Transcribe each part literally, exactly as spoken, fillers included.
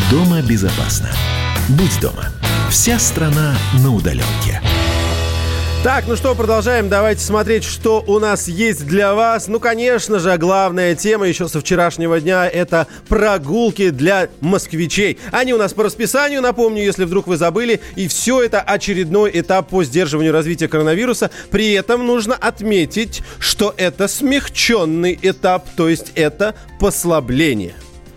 Дома безопасно. Будь дома. Вся страна на удаленке. Так, ну что, продолжаем. Давайте смотреть, что у нас есть для вас. Ну, конечно же, главная тема еще со вчерашнего дня – это прогулки для москвичей. Они у нас по расписанию, напомню, если вдруг вы забыли. И все это очередной этап по сдерживанию развития коронавируса. При этом нужно отметить, что это смягченный этап, то есть это послабление.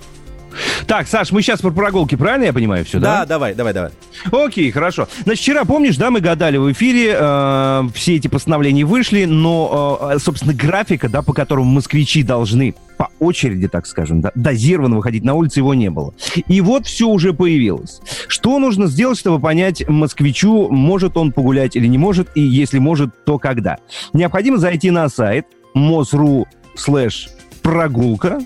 Так, Саш, мы сейчас про прогулки, правильно я понимаю все, да? Да, давай, давай, давай. Окей, хорошо. Значит, вчера, помнишь, да, мы гадали в эфире, э, все эти постановления вышли, но, э, собственно, графика, да, по которому москвичи должны по очереди, так скажем, да, дозированно выходить на улицу, его не было. И вот все уже появилось. Что нужно сделать, чтобы понять москвичу, может он погулять или не может, и если может, то когда? Необходимо зайти на сайт мос.ру слэш прогулка,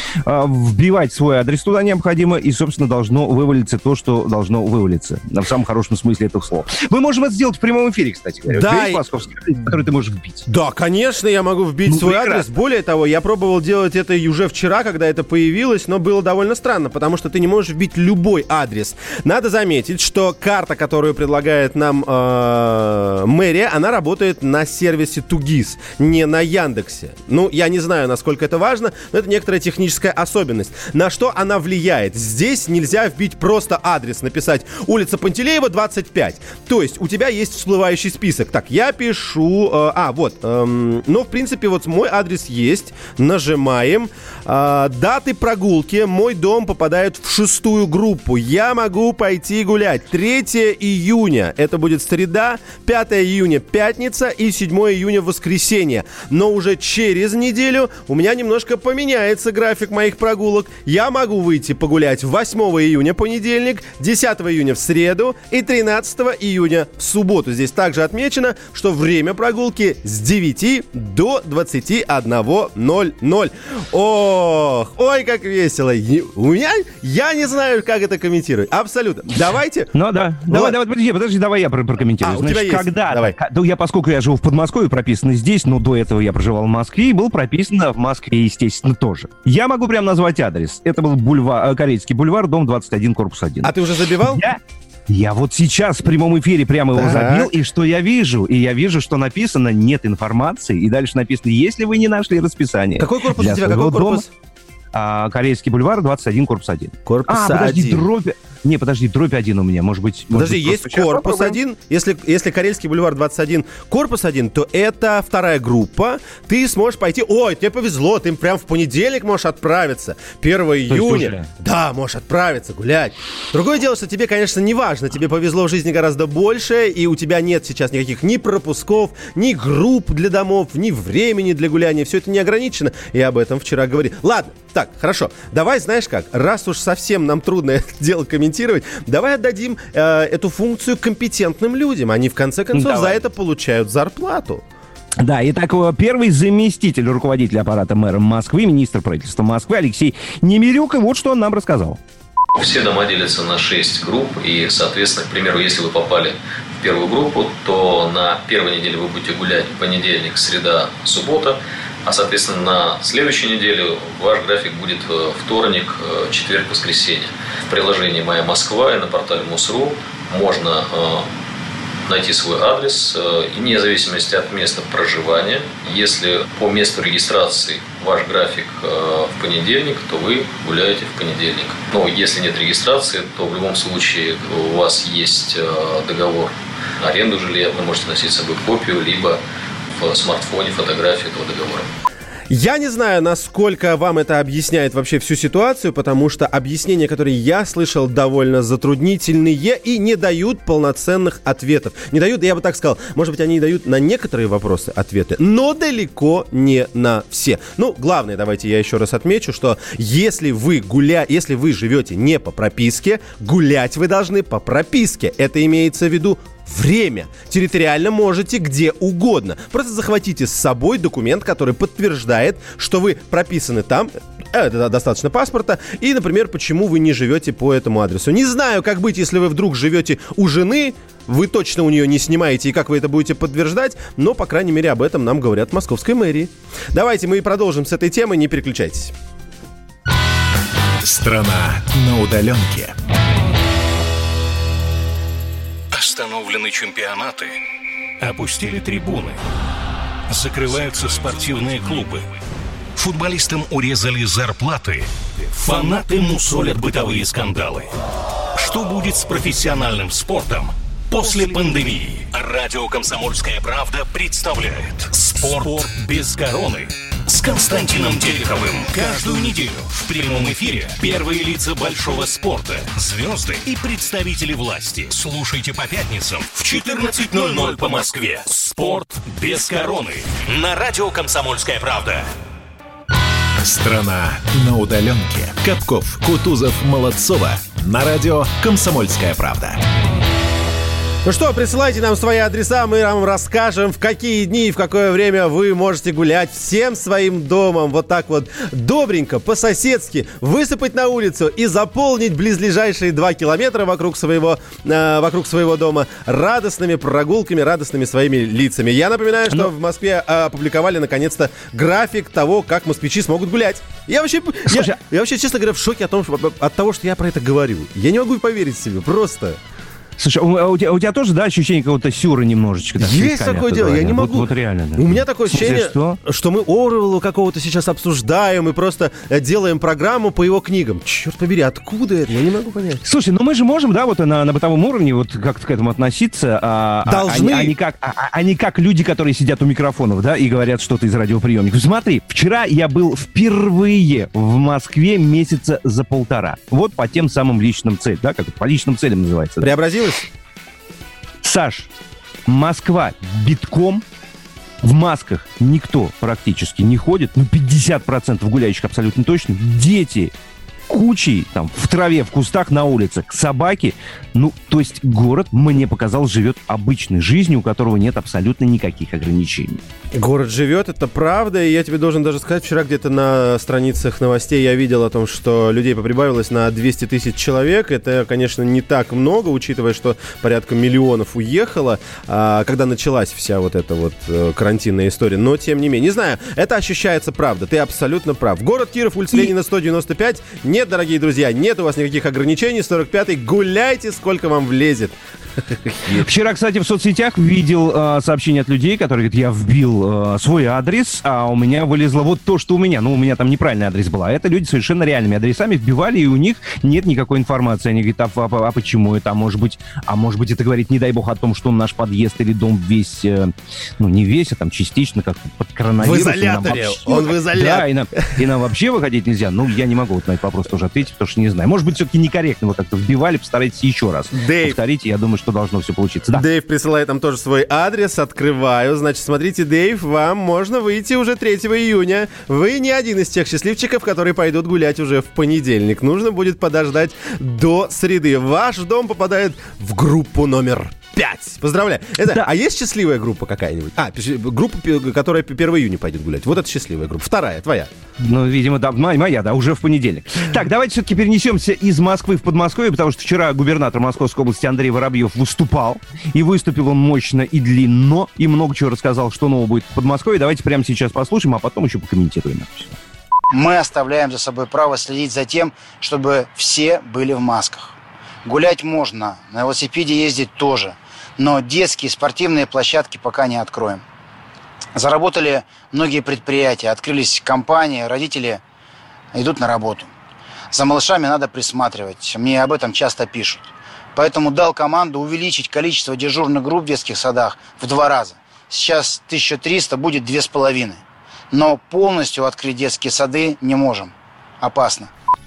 вбивать свой адрес туда необходимо, и, собственно, должно вывалиться то, что должно вывалиться. В самом хорошем смысле этого слова. Мы можем это сделать в прямом эфире, кстати говоря. Да, У тебя есть и... московский адрес, который ты можешь вбить? Да, конечно, я могу вбить ну, свой прекрасно. адрес. Более того, я пробовал делать это уже вчера, когда это появилось, но было довольно странно, потому что ты не можешь вбить любой адрес. Надо заметить, что карта, которую предлагает нам э, мэрия, она работает на сервисе Тугис, не на Яндексе. Ну, я не знаю, насколько это важно, но это некоторая техническая особенность. На что она влияет? Здесь нельзя вбить просто адрес, написать улица Пантелеева, двадцать пять. То есть у тебя есть всплывающий список. Так, я пишу... Э, а, вот. Э, ну, в принципе, вот мой адрес есть. Нажимаем. Э, даты прогулки. Мой дом попадает в шестую группу. Я могу пойти гулять. третьего июня. Это будет среда. пятого июня пятница. И седьмого июня воскресенье. Но уже через неделю у меня немножко поменяется график моих прогулок. Я могу выйти погулять восьмого июня понедельник, десятого июня в среду и тринадцатого июня в субботу. Здесь также отмечено, что время прогулки с девяти до двадцати одного ноль ноль. Ох, ой, как весело. У меня, я не знаю, как это комментировать. Абсолютно. Давайте. Ну да. Ну, давай, давай, подожди, подожди, давай я прокомментирую. А, Значит, у тебя есть? когда? Давай. Ну, я, поскольку я живу в Подмосковье, прописан здесь, но до этого я проживал в Москве и был прописан в Москве, естественно, тоже. Я могу прям назвать адрес. Это был бульвар, Корейский бульвар, дом двадцать один, корпус один. А ты уже забивал? Я, я вот сейчас в прямом эфире прямо его так. забил, и что я вижу? И я вижу, что написано «нет информации», и дальше написано «если вы не нашли расписание». Какой корпус у тебя? Какой корпус? Дома, а, Корейский бульвар, двадцать один, корпус один. Корпус а, подожди, один. дробь... Не, подожди, дробь один у меня, может быть... Подожди, может быть, есть корпус один. Если, если Карельский бульвар двадцать один, корпус один, то это вторая группа. Ты сможешь пойти... Ой, тебе повезло, ты прям в понедельник можешь отправиться. первого июня. Да, можешь отправиться, гулять. Другое дело, что тебе, конечно, не важно. Тебе повезло в жизни гораздо больше, и у тебя нет сейчас никаких ни пропусков, ни групп для домов, ни времени для гуляния. Все это не ограничено. Я об этом вчера говорил. Ладно, так, хорошо. Давай, знаешь как, раз уж совсем нам трудно это дело комментировать, давай отдадим э, эту функцию компетентным людям. Они, в конце концов, давай. за это получают зарплату. Да, итак, первый заместитель руководителя аппарата мэра Москвы, министр правительства Москвы Алексей Немирюк, и вот что он нам рассказал. Все дома делятся на шесть групп, и, соответственно, к примеру, если вы попали в первую группу, то на первой неделе вы будете гулять понедельник, среда, суббота, а, соответственно, на следующей неделе ваш график будет вторник, четверг, воскресенье. В приложении «Моя Москва» и на портале мос.ру можно найти свой адрес, и вне зависимости от места проживания, если по месту регистрации ваш график в понедельник, то вы гуляете в понедельник. Но если нет регистрации, то в любом случае у вас есть договор на аренду жилья, вы можете носить с собой копию, либо в смартфоне фотографию этого договора. Я не знаю, насколько вам это объясняет вообще всю ситуацию, потому что объяснения, которые я слышал, довольно затруднительные и не дают полноценных ответов. Не дают, я бы так сказал, может быть, они дают на некоторые вопросы ответы, но далеко не на все. Ну, главное, давайте я еще раз отмечу, что если вы гуля... если вы живете не по прописке, гулять вы должны по прописке. Это имеется в виду время. Территориально можете где угодно. Просто захватите с собой документ, который подтверждает, что вы прописаны там. Это достаточно паспорта. И, например, почему вы не живете по этому адресу. Не знаю, как быть, если вы вдруг живете у жены, вы точно у нее не снимаете, и как вы это будете подтверждать, но, по крайней мере, об этом нам говорят в московской мэрии. Давайте мы и продолжим с этой темой, не переключайтесь. Страна на удаленке. Остановлены чемпионаты. Опустили трибуны. Закрываются спортивные клубы. Футболистам урезали зарплаты. Фанаты мусолят бытовые скандалы. Что будет с профессиональным спортом после пандемии? Радио «Комсомольская правда» представляет «Спорт без короны» с Константином Тереховым. Каждую неделю в прямом эфире первые лица большого спорта, звезды и представители власти. Слушайте по пятницам в четырнадцать ноль ноль по Москве. «Спорт без короны» на радио «Комсомольская правда». Страна на удаленке. Капков, Кутузов, Молодцова. На радио «Комсомольская правда». Ну что, присылайте нам свои адреса, мы вам расскажем, в какие дни и в какое время вы можете гулять всем своим домом. Вот так вот добренько, по-соседски высыпать на улицу и заполнить близлежащие два километра вокруг своего, э, вокруг своего дома радостными прогулками, радостными своими лицами. Я напоминаю, что Но... в Москве опубликовали наконец-то график того, как москвичи смогут гулять. Я вообще, я, я вообще, честно говоря, в шоке от того, что, от того, что я про это говорю. Я не могу поверить себе, просто... Слушай, у, у, тебя, у тебя тоже, да, ощущение какого-то сюра немножечко? Да, есть такое дело, говоря. Я не могу. Вот, вот реально. Да. У меня такое ощущение, что? что мы Оруэлла какого-то сейчас обсуждаем и просто делаем программу по его книгам. Черт побери, откуда это? Я не могу понять. Слушай, ну мы же можем, да, вот на, на бытовом уровне вот как-то к этому относиться. А, Должны. А, а, не как, а, а не как люди, которые сидят у микрофонов, да, и говорят что-то из радиоприемников. Смотри, вчера я был впервые в Москве месяца за полтора. Вот по тем самым личным целям, да, как это по личным целям называется. Преобразилась? Саш, Москва битком, в масках никто практически не ходит, ну пятьдесят процентов гуляющих абсолютно точно, дети кучей, там, в траве, в кустах, на улице, собаки, ну, то есть город, мне показалось, живет обычной жизнью, у которого нет абсолютно никаких ограничений. Город живет, это правда, и я тебе должен даже сказать, вчера где-то на страницах новостей я видел о том, что людей поприбавилось на двести тысяч человек. Это, конечно, не так много, учитывая, что порядка миллионов уехало, а, когда началась вся вот эта вот э, карантинная история. Но, тем не менее, не знаю, это ощущается правда, ты абсолютно прав. Город Киров, улица и... Ленина, сто девяносто пять. Нет, дорогие друзья, нет у вас никаких ограничений. сорок пятый, гуляйте, сколько вам влезет. Вчера, кстати, в соцсетях видел э, сообщение от людей, которые говорят, я вбил э, свой адрес, а у меня вылезло вот то, что у меня. Ну, у меня там неправильный адрес был. А это люди совершенно реальными адресами вбивали, и у них нет никакой информации. Они говорят, а, а, а почему это? А может быть, а может быть, это говорит, не дай бог, о том, что наш подъезд или дом весь, э, ну, не весь, а там частично как-то под коронавирусом. В изоляторе. Вообще, Он в изоляторе. Да, и нам, и нам вообще выходить нельзя. Ну, я не могу вот на этот вопрос тоже ответить, потому что не знаю. Может быть, все-таки некорректно вы как-то вбивали, постарайтесь еще раз. Дэйв. Повторите, я думаю, что должно все получиться. Да. Дэйв присылает нам тоже свой адрес. Открываю. Значит, смотрите, Дэйв, вам можно выйти уже третьего июня. Вы не один из тех счастливчиков, которые пойдут гулять уже в понедельник. Нужно будет подождать до среды. Ваш дом попадает в группу номер пять. Поздравляю. Это, да. А есть счастливая группа какая-нибудь? А, группа, которая первого июня пойдет гулять. Вот это счастливая группа. Вторая, твоя. Ну, видимо, да, моя, да, уже в понедельник. Так, давайте все-таки перенесемся из Москвы в Подмосковье, потому что вчера губернатор Московской области Андрей Воробьев выступал. И выступил он мощно и длинно, и много чего рассказал, что нового будет в Подмосковье. Давайте прямо сейчас послушаем, а потом еще покомментируем это все. Мы оставляем за собой право следить за тем, чтобы все были в масках. Гулять можно, на велосипеде ездить тоже. Но детские спортивные площадки пока не откроем. Заработали многие предприятия, открылись компании, родители идут на работу. За малышами надо присматривать, мне об этом часто пишут. Поэтому дал команду увеличить количество дежурных групп в детских садах в два раза. Сейчас тысяча триста, будет две с половиной. Но полностью открыть детские сады не можем. Опасно.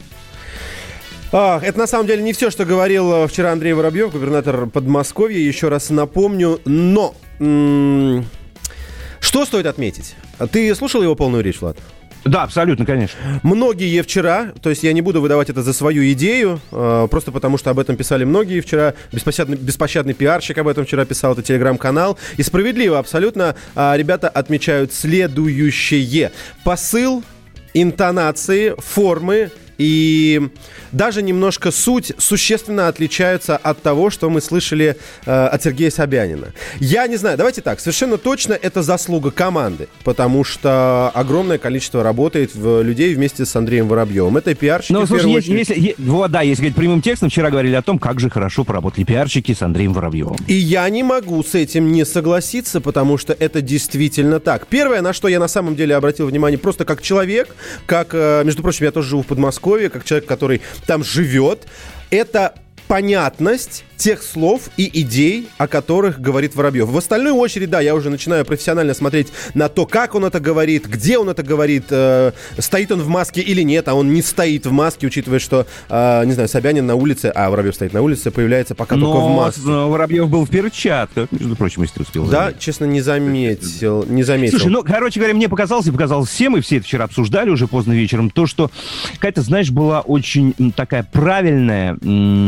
А, это на самом деле не все, что говорил вчера Андрей Воробьев, губернатор Подмосковья, еще раз напомню. Но м- что стоит отметить? Ты слушал его полную речь, Влад? Да, абсолютно, конечно. Многие вчера, то есть я не буду выдавать это за свою идею, э, просто потому что об этом писали многие вчера, беспощадный, беспощадный пиарщик об этом вчера писал, это телеграм-канал, и справедливо абсолютно э, ребята отмечают следующее. Посыл, интонации, формы и даже немножко суть существенно отличаются от того, что мы слышали э, от Сергея Собянина. Я не знаю, давайте так, совершенно точно это заслуга команды, потому что огромное количество работает в, людей вместе с Андреем Воробьевым. Это пиарщики, ну, в слушай, первую если, очередь. Если, вот, да, если говорить прямым текстом, вчера говорили о том, как же хорошо поработали пиарщики с Андреем Воробьевым. И я не могу с этим не согласиться, потому что это действительно так. Первое, на что я на самом деле обратил внимание, просто как человек, как, между прочим, я тоже живу в Подмосковье, как человек, который там живет, это понятность тех слов и идей, о которых говорит Воробьев. В остальную очередь, да, я уже начинаю профессионально смотреть на то, как он это говорит, где он это говорит, э, стоит он в маске или нет, а он не стоит в маске, учитывая, что, э, не знаю, Собянин на улице, а Воробьев стоит на улице, появляется пока но, только в маске. Но Воробьев был в перчатках, между прочим, если ты успел Да, заметить. честно, не заметил, не заметил. Слушай, ну, короче говоря, мне показалось, и показалось всем, и все это вчера обсуждали уже поздно вечером, то, что какая-то, знаешь, была очень такая правильная,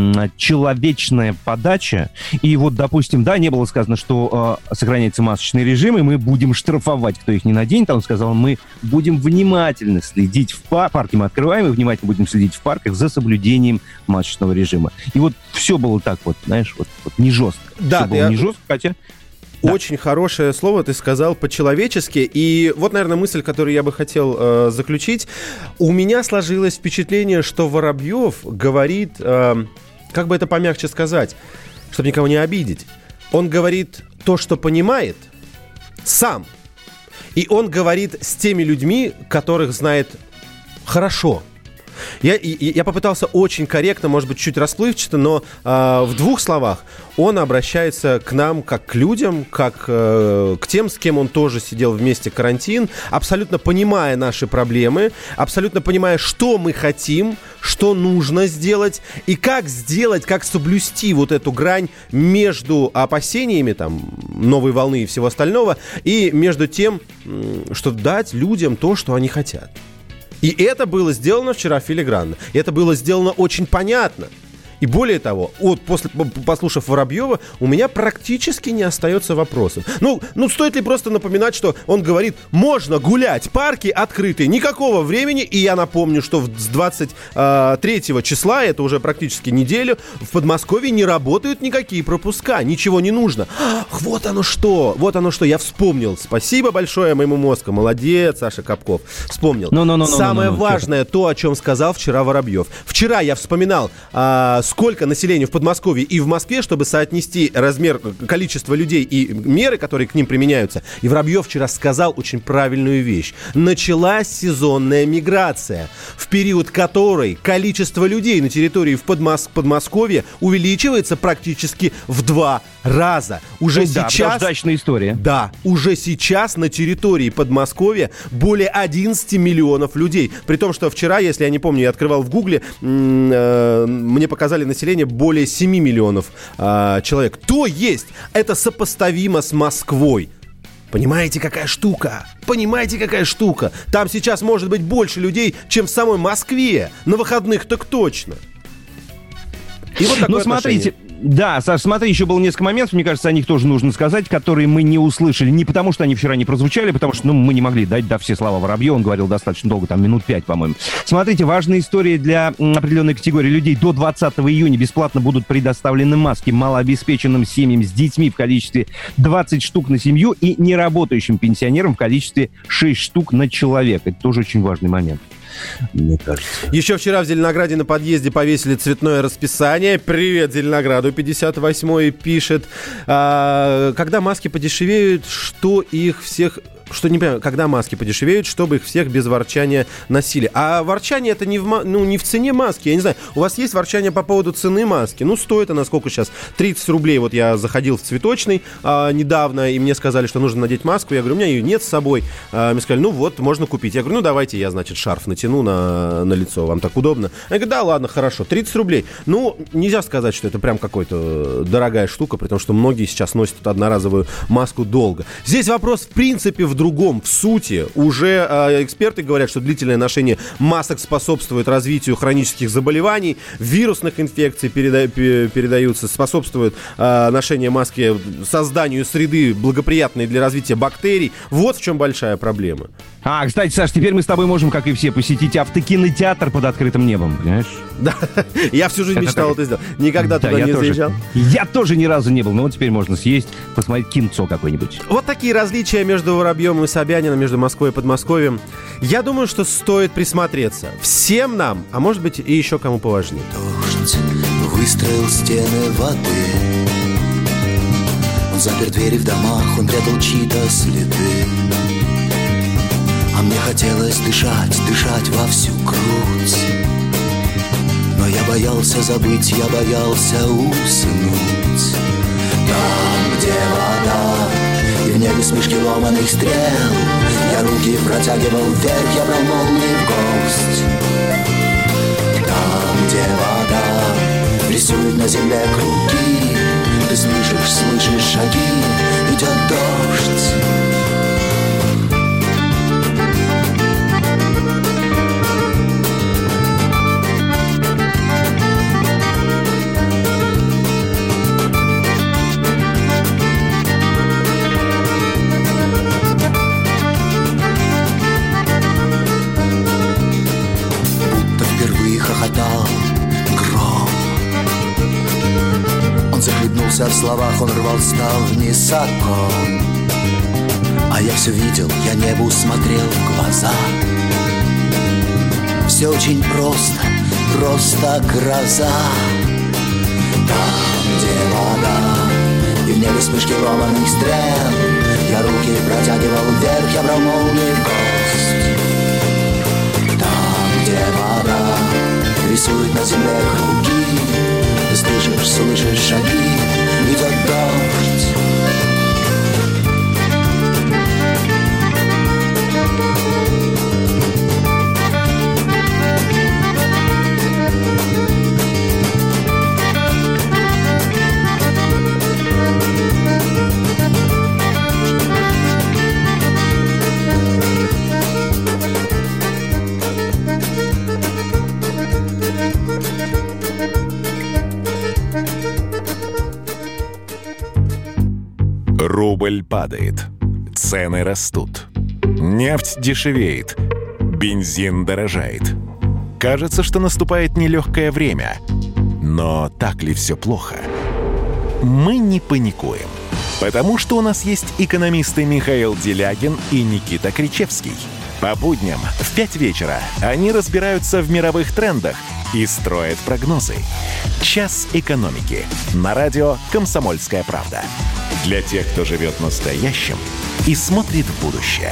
человечная подача. И вот, допустим, да, не было сказано, что э, сохраняется масочный режим, и мы будем штрафовать, кто их не наденет. А он сказал, мы будем внимательно следить в пар- парке, мы открываем, и внимательно будем следить в парках за соблюдением масочного режима. И вот все было так вот, знаешь, вот, вот не жестко. Да, все было я... не жестко, хотя... Да. Очень хорошее слово ты сказал по-человечески. И вот, наверное, мысль, которую я бы хотел э, заключить. У меня сложилось впечатление, что Воробьев говорит, э, как бы это помягче сказать, чтобы никого не обидеть. Он говорит то, что понимает сам. И он говорит с теми людьми, которых знает хорошо. Я, и, я попытался очень корректно, может быть, чуть расплывчато, но э, в двух словах он обращается к нам как к людям, как э, к тем, с кем он тоже сидел вместе карантин, абсолютно понимая наши проблемы, абсолютно понимая, что мы хотим, что нужно сделать и как сделать, как соблюсти вот эту грань между опасениями там, новой волны и всего остального и между тем, что дать людям то, что они хотят. И это было сделано вчера филигранно. И это было сделано очень понятно. И более того, вот после, послушав Воробьева, у меня практически не остается вопросов. Ну, ну, стоит ли просто напоминать, что он говорит, можно гулять, парки открыты, никакого времени. И я напомню, что с двадцать третьего числа, это уже практически неделю, в Подмосковье не работают никакие пропуска, ничего не нужно. Ах, вот оно что, вот оно что, я вспомнил. Спасибо большое моему мозгу, молодец, Саша Капков, вспомнил. No, no, no, no, Самое no, no, no, важное, то, о чем сказал вчера Воробьев. Вчера я вспоминал... А, сколько населения в Подмосковье и в Москве, чтобы соотнести размер, количество людей и меры, которые к ним применяются. И Воробьев вчера сказал очень правильную вещь. Началась сезонная миграция, в период которой количество людей на территории в Подмос- Подмосковье увеличивается практически в два раза. Уже ну, сейчас... Да, удачная история. Да, уже сейчас на территории Подмосковья более одиннадцать миллионов людей. При том, что вчера, если я не помню, я открывал в Гугле, м- э- мне показали население более семь миллионов э, человек. То есть это сопоставимо с Москвой. Понимаете, какая штука? Понимаете, какая штука? Там сейчас может быть больше людей, чем в самой Москве. На выходных так точно. И вот такое Ну, смотрите, отношение. Да, Саш, смотри, еще было несколько моментов, мне кажется, о них тоже нужно сказать, которые мы не услышали. Не потому, что они вчера не прозвучали, потому что, ну, мы не могли дать, да, все слова Воробьева, он говорил достаточно долго, там, минут пять, по-моему. Смотрите, важная история для определенной категории людей. До двадцатого июня бесплатно будут предоставлены маски малообеспеченным семьям с детьми в количестве двадцать штук на семью и неработающим пенсионерам в количестве шесть штук на человека. Это тоже очень важный момент, мне кажется. Еще вчера в Зеленограде на подъезде повесили цветное расписание. Привет, Зеленограду. пятьдесят восьмой пишет. А, когда маски подешевеют, что их всех... Что не понимаю, когда маски подешевеют, чтобы их всех без ворчания носили. А ворчание это не в, ну, не в цене маски. Я не знаю, у вас есть ворчание по поводу цены маски? Ну, стоит она сколько сейчас? тридцать рублей. Вот я заходил в цветочный а, недавно, и мне сказали, что нужно надеть маску. Я говорю, у меня ее нет с собой. А, мне сказали, ну вот, можно купить. Я говорю, ну давайте я, значит, шарф натяну на, на лицо. Вам так удобно? Я говорю, да, ладно, хорошо. тридцать рублей. Ну, нельзя сказать, что это прям какая-то дорогая штука, при том, что многие сейчас носят одноразовую маску долго. Здесь вопрос, в принципе, в другом, в сути. Уже э, эксперты говорят, что длительное ношение масок способствует развитию хронических заболеваний, вирусных инфекций переда- передаются, способствует э, ношение маски созданию среды, благоприятной для развития бактерий. Вот в чем большая проблема. А, кстати, Саш, теперь мы с тобой можем, как и все, посетить автокинотеатр под открытым небом, понимаешь? Да, я всю жизнь мечтал это сделать. Никогда туда не заезжал. Я тоже ни разу не был, но вот теперь можно съесть, посмотреть кинцо какое-нибудь. Вот такие различия между Воробьем и Собяниным, между Москвой и Подмосковьем. Я думаю, что стоит присмотреться. Всем нам, а может быть и еще кому поважнее. Дождь выстроил стены воды. Он запер двери в домах, он прятал чьи-то следы. А мне хотелось дышать, дышать во всю грудь. Но я боялся забыть, я боялся уснуть. Там, где вода, и в небе вспышки ломаных стрел, я руки протягивал вверх, я брал молнии в гость. Там, где вода рисует на земле круги, ты слышишь, слышишь шаги, идет дождь. В словах он рвал ставни с окон. А я все видел, я небу смотрел в глаза. Все очень просто, просто гроза. Там, где вода, и в небе вспышки ломаных стрел, я руки протягивал вверх, я брал молнии в гость. Там, где вода рисует на земле круги, ты слышишь, слышишь шаги, идет дождь. Рубль падает, цены растут, нефть дешевеет, бензин дорожает. Кажется, что наступает нелегкое время. Но так ли все плохо? Мы не паникуем, потому что у нас есть экономисты Михаил Делягин и Никита Кричевский. По будням в пять вечера они разбираются в мировых трендах и строят прогнозы. «Час экономики» на радио «Комсомольская правда». Для тех, кто живет настоящим и смотрит в будущее.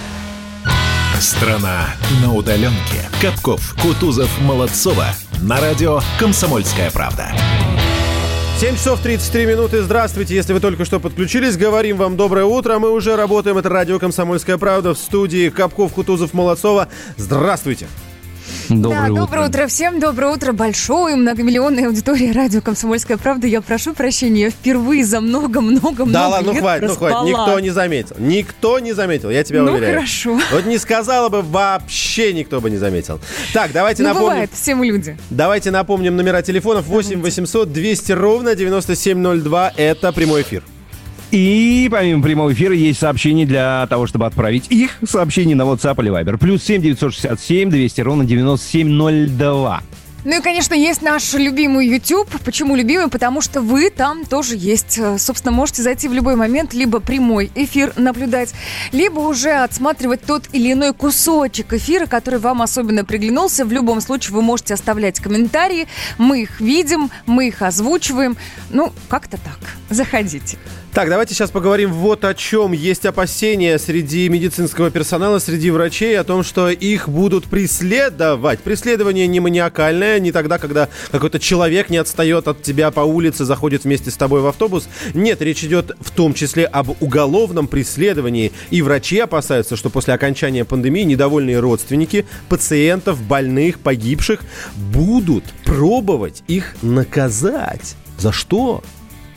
Страна на удаленке. Капков, Кутузов, Молодцова. На радио «Комсомольская правда». семь часов тридцать три минуты. Здравствуйте, если вы только что подключились. Говорим вам доброе утро. Мы уже работаем. Это радио «Комсомольская правда» в студии Капков, Кутузов, Молодцова. Здравствуйте. Доброе да, утро. доброе утро всем, доброе утро большой многомиллионной аудитории радио «Комсомольская правда». Я прошу прощения, я впервые за много-много-много Да ладно, ну лет хватит, проспала. ну хватит, никто не заметил. Никто не заметил, я тебя ну, уверяю. Ну хорошо. Вот не сказала бы, вообще никто бы не заметил. Так, давайте ну, напомним. бывает, все мы люди. Давайте напомним номера телефонов восемь восемьсот двести ровно девяносто семь ноль два. Это прямой эфир. И помимо прямого эфира есть сообщения для того, чтобы отправить их сообщения на WhatsApp или Viber. Плюс семь девятьсот шестьдесят семь двести ровно девяносто семь ноль два. Ну и, конечно, есть наш любимый YouTube. Почему любимый? Потому что вы там тоже есть. Собственно, можете зайти в любой момент, либо прямой эфир наблюдать, либо уже отсматривать тот или иной кусочек эфира, который вам особенно приглянулся. В любом случае вы можете оставлять комментарии. Мы их видим, мы их озвучиваем. Ну, как-то так. Заходите. Так, давайте сейчас поговорим вот о чем. Есть опасения среди медицинского персонала, среди врачей о том, что их будут преследовать. Преследование не маниакальное, не тогда, когда какой-то человек не отстает от тебя по улице, заходит вместе с тобой в автобус. Нет, речь идет в том числе об уголовном преследовании. И врачи опасаются, что после окончания пандемии недовольные родственники пациентов, больных, погибших будут пробовать их наказать. За что?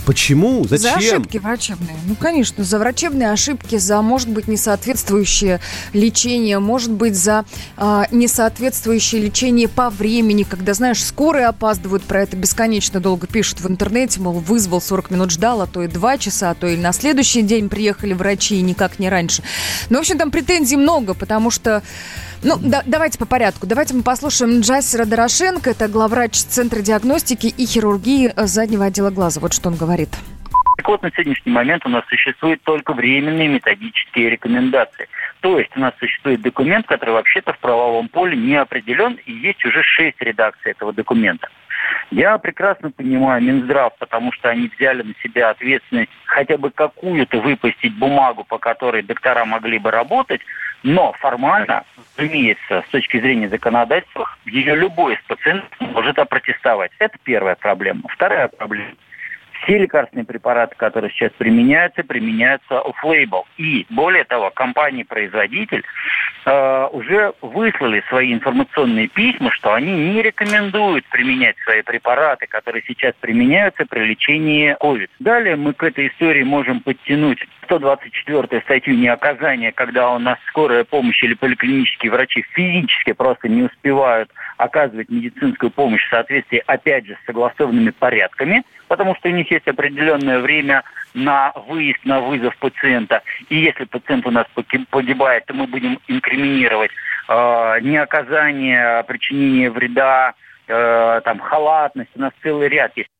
Почему? Зачем? За ошибки врачебные. Ну, конечно, за врачебные ошибки, за, может быть, несоответствующее лечение, может быть, за э, несоответствующее лечение по времени, когда, знаешь, скорые опаздывают, про это бесконечно долго пишут в интернете, мол, вызвал, сорок минут ждал, а то и два часа, а то и на следующий день приехали врачи, и никак не раньше. Ну, в общем, там претензий много, потому что... Ну, да, давайте по порядку. Давайте мы послушаем Джасера Дорошенко, это главврач Центра диагностики и хирургии заднего отдела глаза. Вот что он говорит. Так вот, на сегодняшний момент у нас существуют только временные методические рекомендации. То есть у нас существует документ, который вообще-то в правовом поле не определен, и есть уже шесть редакций этого документа. Я прекрасно понимаю Минздрав, потому что они взяли на себя ответственность хотя бы какую-то выпустить бумагу, по которой доктора могли бы работать, но формально, разумеется, с точки зрения законодательства, ее любой из пациентов может опротестовать. Это первая проблема. Вторая проблема. Все лекарственные препараты, которые сейчас применяются, применяются off-label. И, более того, компания-производитель э, уже выслали свои информационные письма, что они не рекомендуют применять свои препараты, которые сейчас применяются при лечении ковид. Далее мы к этой истории можем подтянуть сто двадцать четвёртую статью неоказания, когда у нас скорая помощь или поликлинические врачи физически просто не успевают оказывать медицинскую помощь в соответствии, опять же, с согласованными порядками, потому что у них есть определенное время на выезд, на вызов пациента. И если пациент у нас погибает, то мы будем инкриминировать э, неоказание, причинение вреда, э, там, халатность. У нас целый ряд есть.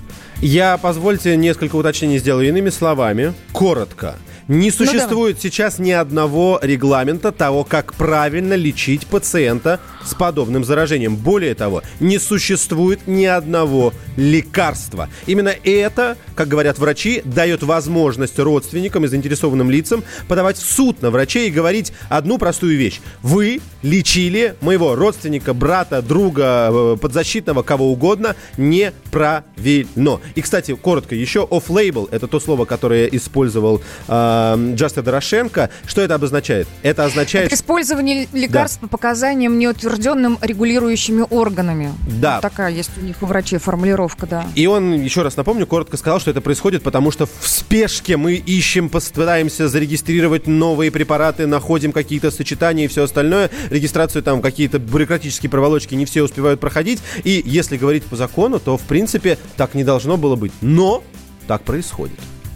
Я, позвольте, несколько уточнений сделаю. Иными словами, коротко. Не существует ну, сейчас ни одного регламента того, как правильно лечить пациента с подобным заражением. Более того, не существует ни одного лекарства. Именно это, как говорят врачи, дает возможность родственникам и заинтересованным лицам подавать в суд на врачей и говорить одну простую вещь. Вы лечили моего родственника, брата, друга, подзащитного, кого угодно, неправильно. И, кстати, коротко еще, off-label, это то слово, которое использовал э, Джастер Дорошенко. Что это обозначает? Это означает... Это использование лекарств да. по показаниям, неутвержденным регулирующими органами. Да. Вот такая есть у них у врачей формулировка, да. И он, еще раз напомню, коротко сказал, что это происходит, потому что в спешке мы ищем, пытаемся зарегистрировать новые препараты, находим какие-то сочетания и все остальное. Регистрацию там, какие-то бюрократические проволочки не все успевают проходить. И если говорить по закону, то, в принципе, так не должно было быть. Но так происходит.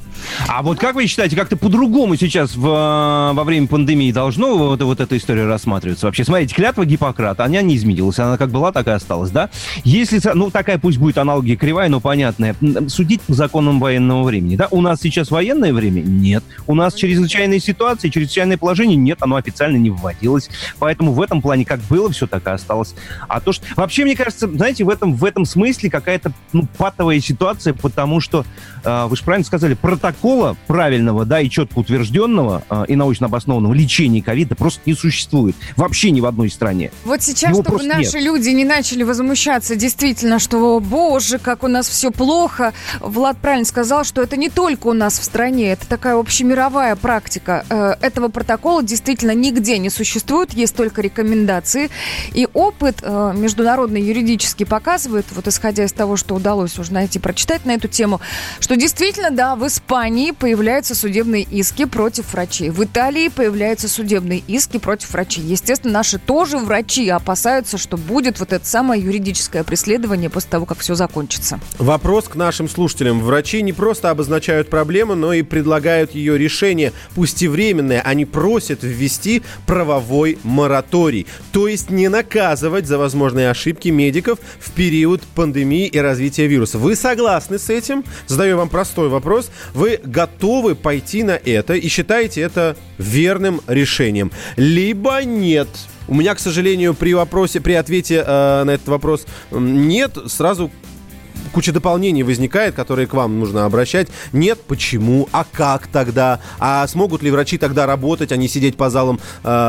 А вот как вы считаете, как-то по-другому сейчас в, во время пандемии должно вот, вот эта история рассматриваться? Вообще, смотрите, клятва Гиппократа, она не изменилась, она как была, так и осталась, да? Если, ну, такая пусть будет аналогия кривая, но понятная. Судить по законам военного времени, да? У нас сейчас военное время? Нет. У нас чрезвычайные ситуации, чрезвычайное положение? Нет, оно официально не вводилось. Поэтому в этом плане как было, все так и осталось. А то, что... Вообще, мне кажется, знаете, в этом, в этом смысле какая-то, ну, патовая ситуация, потому что, э, вы же правильно сказали, протокол правильного, да, и четко утвержденного э, и научно обоснованного лечения ковида просто не существует. Вообще ни в одной стране. Вот сейчас, Его чтобы наши нет. люди не начали возмущаться, действительно, что, боже, как у нас все плохо, Влад правильно сказал, что это не только у нас в стране, это такая общемировая практика. Э, этого протокола действительно нигде не существует, есть только рекомендации. И опыт э, международный юридический показывает, вот исходя из того, что удалось уже найти, прочитать на эту тему, что действительно, да, в Испании появляются судебные иски против врачей. В Италии появляются судебные иски против врачей. Естественно, наши тоже врачи опасаются, что будет вот это самое юридическое преследование после того, как все закончится. Вопрос к нашим слушателям. Врачи не просто обозначают проблему, но и предлагают ее решение, пусть и временное. Они просят ввести правовой мораторий. То есть не наказывать за возможные ошибки медиков в период пандемии и развития вируса. Вы согласны с этим? Задаю вам простой вопрос. Вы готовы пойти на это и считаете это верным решением? Либо нет. У меня, к сожалению, при вопросе, при ответе э, на этот вопрос нет, сразу куча дополнений возникает, которые к вам нужно обращать. Нет, почему? А как тогда? А смогут ли врачи тогда работать, а не сидеть по залам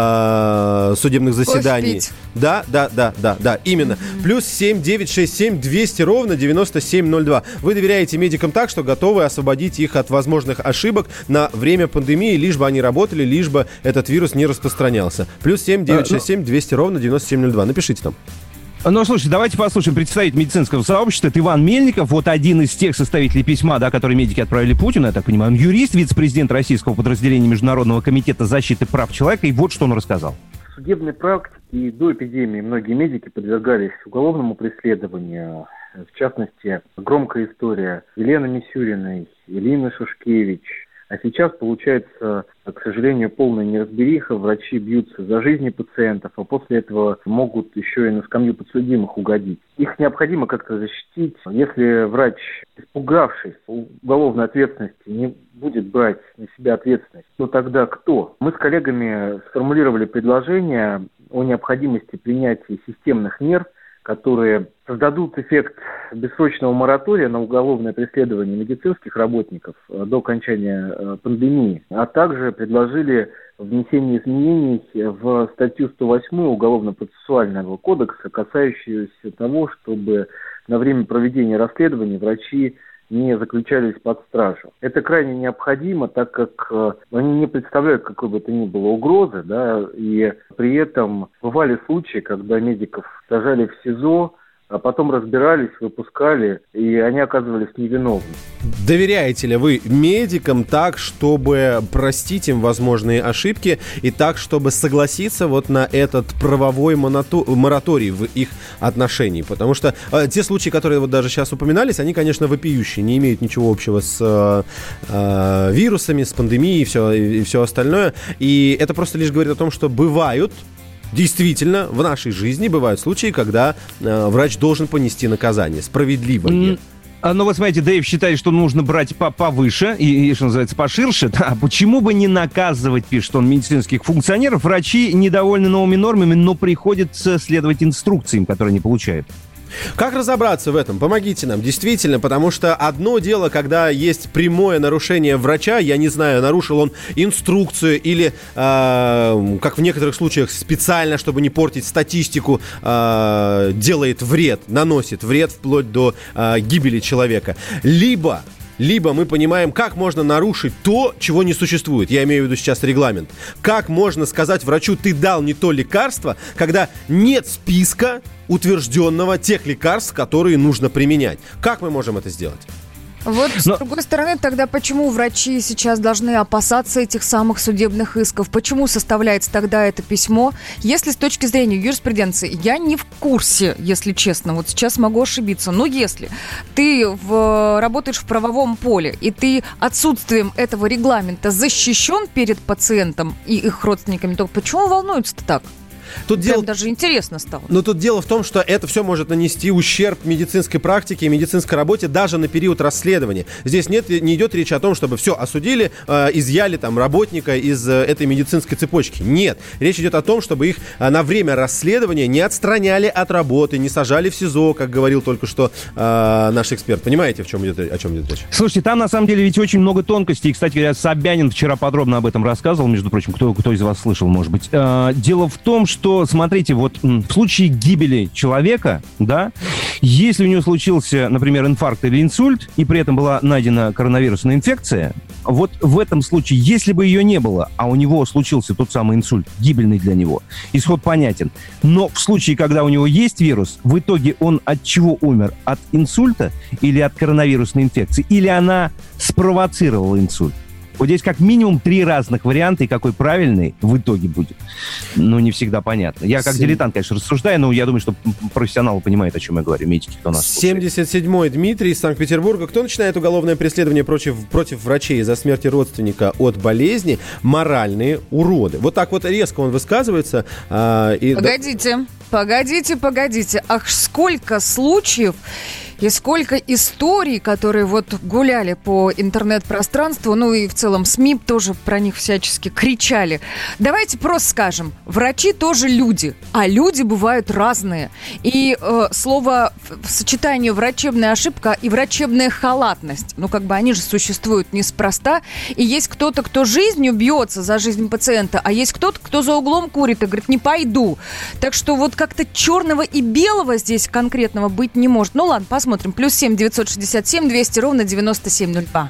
э, судебных заседаний? Да, да, да, да, да, именно. Mm-hmm. Плюс семь девять шесть семь двести ровно девяносто семь ноль два. Вы доверяете медикам так, что готовы освободить их от возможных ошибок на время пандемии, лишь бы они работали, лишь бы этот вирус не распространялся. Плюс семь девять шесть семь двести ровно девяносто семь ноль два. Напишите там. Ну, слушайте, давайте послушаем представителя медицинского сообщества. Это Иван Мельников, вот один из тех составителей письма, да, который медики отправили Путину, я так понимаю. Он юрист, вице-президент российского подразделения Международного комитета защиты прав человека, и вот что он рассказал. В судебной практике и до эпидемии многие медики подвергались уголовному преследованию. В частности, громкая история Елены Мисюриной, Элины Шушкевич. А сейчас получается, к сожалению, полная неразбериха. Врачи бьются за жизни пациентов, а после этого могут еще и на скамью подсудимых угодить. Их необходимо как-то защитить. Если врач, испугавшись уголовной ответственности, не будет брать на себя ответственность, то тогда кто? Мы с коллегами сформулировали предложение о необходимости принятия системных мер, которые создадут эффект бессрочного моратория на уголовное преследование медицинских работников до окончания пандемии, а также предложили внесение изменений в статью сто восемь Уголовно-процессуального кодекса, касающуюся того, чтобы на время проведения расследования врачи не заключались под стражу. Это крайне необходимо, так как э, они не представляют какой бы то ни было угрозы, да, и при этом бывали случаи, когда медиков сажали в СИЗО, а потом разбирались, выпускали, и они оказывались невиновны. Доверяете ли вы медикам так, чтобы простить им возможные ошибки, и так, чтобы согласиться вот на этот правовой монато- мораторий в их отношении? Потому что э, те случаи, которые вот даже сейчас упоминались, они, конечно, вопиющие, не имеют ничего общего с э, э, вирусами, с пандемией и все, и все остальное. И это просто лишь говорит о том, что бывают... Действительно, в нашей жизни бывают случаи, когда э, врач должен понести наказание, справедливое. Mm. Ну, вы смотрите, Дэйв считает, что нужно брать повыше и, и, что называется, поширше. А почему бы не наказывать, пишет он, медицинских функционеров? Врачи недовольны новыми нормами, но приходится следовать инструкциям, которые они получают. Как разобраться в этом? Помогите нам, действительно, потому что одно дело, когда есть прямое нарушение врача, я не знаю, нарушил он инструкцию или, э, как в некоторых случаях, специально, чтобы не портить статистику, э, делает вред, наносит вред вплоть до э, гибели человека. Либо... Либо мы понимаем, как можно нарушить то, чего не существует. Я имею в виду сейчас регламент. Как можно сказать врачу, ты дал не то лекарство, когда нет списка утвержденного тех лекарств, которые нужно применять. Как мы можем это сделать? Вот, с Но... другой стороны, тогда почему врачи сейчас должны опасаться этих самых судебных исков? Почему составляется тогда это письмо? Если с точки зрения юриспруденции, я не в курсе, если честно, вот сейчас могу ошибиться, но если ты в, работаешь в правовом поле, и ты отсутствием этого регламента защищен перед пациентом и их родственниками, то почему волнуются-то так? Тут дело... даже интересно стало. Но тут дело в том, что это все может нанести ущерб медицинской практике и медицинской работе даже на период расследования. Здесь нет, не идет речь о том, чтобы все осудили, э, изъяли там работника из э, этой медицинской цепочки. Нет. Речь идет о том, чтобы их э, на время расследования не отстраняли от работы, не сажали в СИЗО, как говорил только что э, наш эксперт. Понимаете, в чем идет, о чем идет речь? Слушайте, там на самом деле ведь очень много тонкостей. Кстати говоря, Собянин вчера подробно об этом рассказывал, между прочим, кто, кто из вас слышал, может быть. Э, дело в том, что что, смотрите, вот в случае гибели человека, да, если у него случился, например, инфаркт или инсульт, и при этом была найдена коронавирусная инфекция, вот в этом случае, если бы ее не было, а у него случился тот самый инсульт, гибельный для него, исход понятен. Но в случае, когда у него есть вирус, в итоге он от чего умер? От инсульта или от коронавирусной инфекции? Или она спровоцировала инсульт? Вот здесь как минимум три разных варианта, и какой правильный в итоге будет, ну, не всегда понятно. Я как дилетант, конечно, рассуждаю, но я думаю, что профессионалы понимают, о чем я говорю, медики, кто нас слушает. семьдесят седьмой Дмитрий из Санкт-Петербурга. Кто начинает уголовное преследование против, против врачей из-за смерти родственника от болезни? Моральные уроды. Вот так вот резко он высказывается. А, и... Погодите, погодите, погодите. Ах, сколько случаев... И сколько историй, которые вот гуляли по интернет-пространству, ну и в целом СМИ тоже про них всячески кричали. Давайте просто скажем, врачи тоже люди, а люди бывают разные. И э, слово в сочетании врачебная ошибка и врачебная халатность, ну как бы они же существуют неспроста. И есть кто-то, кто жизнью бьется за жизнь пациента, а есть кто-то, кто за углом курит и говорит, не пойду. Так что вот как-то черного и белого здесь конкретного быть не может. Ну ладно, посмотрим. Смотрим. Плюс семь девятьсот шестьдесят семь двести ровно девяносто семь ноль два.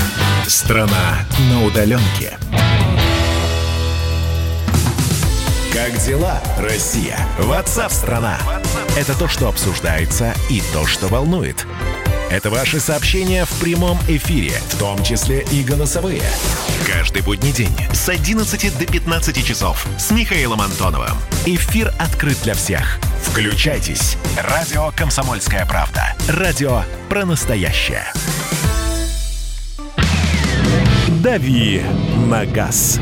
Страна на удаленке. Как дела, Россия? Ватсап-страна! Это то, что обсуждается и то, что волнует. Это ваши сообщения в прямом эфире, в том числе и голосовые. Каждый будний день с одиннадцати до пятнадцати часов с Михаилом Антоновым. Эфир открыт для всех. Включайтесь. Радио «Комсомольская правда». Радио про настоящее. «Дави на газ».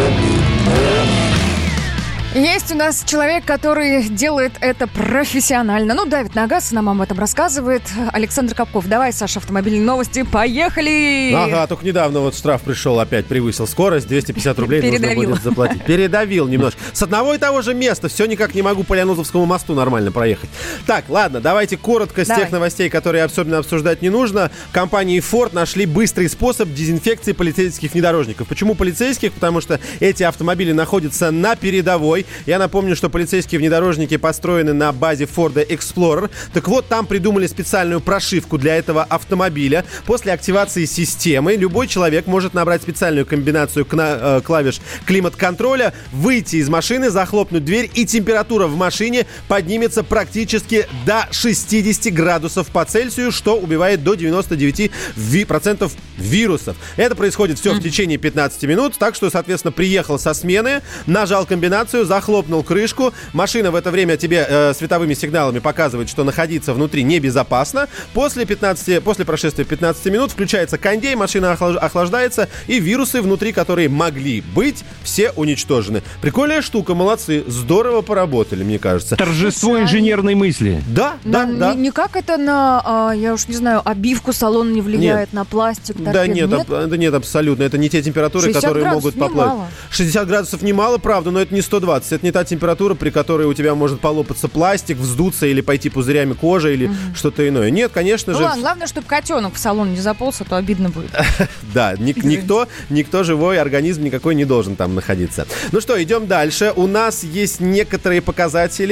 Есть у нас человек, который делает это профессионально. Ну, давит на газ, нам об этом рассказывает Александр Капков. Давай, Саша, автомобильные новости, поехали! Ага, только недавно вот штраф пришел, опять превысил скорость, двести пятьдесят рублей нужно будет заплатить. Передавил немножко. С одного и того же места, все никак не могу по Леонузовскому мосту нормально проехать. Так, ладно, давайте коротко с Давай. тех новостей, которые особенно обсуждать не нужно. Компании Ford нашли быстрый способ дезинфекции полицейских внедорожников. Почему полицейских? Потому что эти автомобили находятся на передовой. Я напомню, что полицейские внедорожники построены на базе Ford Explorer. Так вот, там придумали специальную прошивку для этого автомобиля. После активации системы любой человек может набрать специальную комбинацию кна- э, клавиш климат-контроля, выйти из машины, захлопнуть дверь, и температура в машине поднимется практически до шестидесяти градусов по Цельсию, что убивает до девяноста девяти процентов вирусов. Это происходит все в течение пятнадцати минут, так что, соответственно, приехал со смены, нажал комбинацию, захлопнул крышку, машина в это время тебе э, световыми сигналами показывает, что находиться внутри небезопасно. После пятнадцати, после прошествия пятнадцати минут включается кондей, машина охлаж, охлаждается, и вирусы внутри, которые могли быть, все уничтожены. Прикольная штука, молодцы, здорово поработали, мне кажется. Торжество инженерной мысли. Да, да, Но да. Никак это на, а, я уж не знаю, обивку салона не влияет, Нет. на пластик, торпеду, Да нет, нет? аб- да нет, абсолютно. Это не те температуры, которые могут поплавить. Немало. шестьдесят градусов немало, правда, но это не сто двадцать. Это не та температура, при которой у тебя может полопаться пластик, вздуться или пойти пузырями кожа или угу. что-то иное. Нет, конечно ну же... ладно, главное, чтобы котенок в салон не заполз, а то обидно будет. Да, никто, никто живой организм никакой не должен там находиться. Ну что, идем дальше. У нас есть некоторые показатели.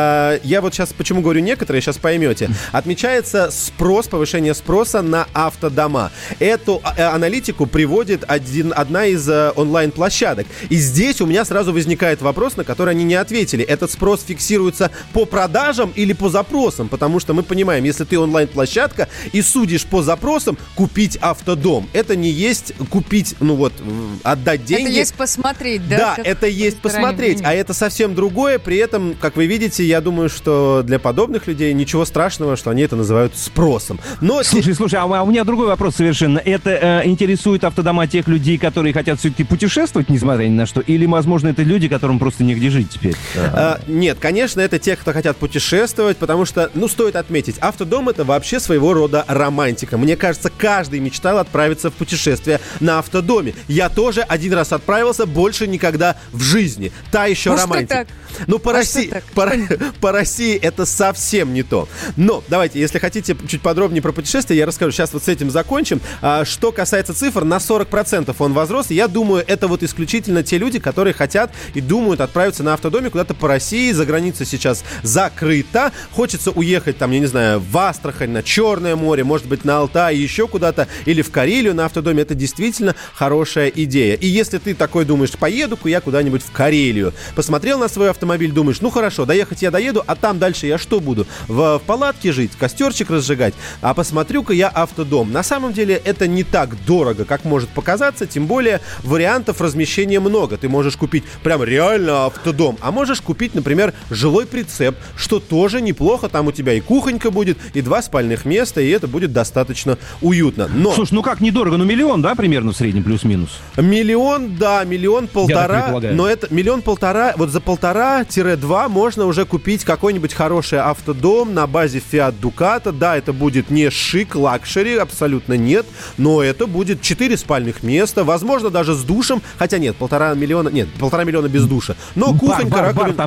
Я вот сейчас почему говорю некоторые, сейчас поймете. Отмечается спрос, повышение спроса на автодома. Эту аналитику приводит один, одна из онлайн-площадок. И здесь у меня сразу возникает вопрос, на который они не ответили. Этот спрос фиксируется по продажам или по запросам? Потому что мы понимаем, если ты онлайн-площадка и судишь по запросам, купить автодом, это не есть купить, ну вот, отдать деньги. Это есть посмотреть, да? Да, это есть посмотреть, а это совсем другое. При этом, как вы видите, я думаю, что для подобных людей ничего страшного, что они это называют спросом. Но... Слушай, слушай, а у меня другой вопрос совершенно. Это э, интересует автодома тех людей, которые хотят все-таки путешествовать, несмотря ни на что? Или, возможно, это люди, которым просто негде жить теперь? А, нет, конечно, это те, кто хотят путешествовать, потому что, ну, стоит отметить, автодом — это вообще своего рода романтика. Мне кажется, каждый мечтал отправиться в путешествие на автодоме. Я тоже один раз отправился, больше никогда в жизни. Та еще ну, романтика. Ну, по, а России, по, по России это совсем не то. Но давайте, если хотите чуть подробнее про путешествие, я расскажу. Сейчас вот с этим закончим. А, что касается цифр, на сорок процентов он возрос. Я думаю, это вот исключительно те люди, которые хотят и думают отправиться на автодоме куда-то по России. За граница сейчас закрыта. Хочется уехать там, я не знаю, в Астрахань, на Черное море, может быть, на Алтай, еще куда-то, или в Карелию на автодоме. Это действительно хорошая идея. И если ты такой думаешь, поеду-ка я куда-нибудь в Карелию, посмотрел на свой автомобиль, думаешь, ну хорошо, доехать я доеду, а там дальше я что буду? В, в палатке жить, костерчик разжигать? А посмотрю-ка я автодом. На самом деле это не так дорого, как может показаться, тем более вариантов размещения много. Ты можешь купить прям реально автодом, а можешь купить, например, жилой прицеп, что тоже неплохо, там у тебя и кухонька будет, и два спальных места, и это будет достаточно уютно. Но... Слушай, ну как недорого, ну миллион, да, примерно в среднем плюс-минус? Миллион, да, миллион полтора, но это миллион полтора, вот за полтора-два можно уже купить какой-нибудь хороший автодом на базе Fiat Ducato. Да, это будет не шик, лакшери, абсолютно нет, но это будет четыре спальных места, возможно, даже с душем, хотя нет, полтора миллиона, нет, полтора миллиона без душа, но бар, кухонька, бар, раковина... бар там есть?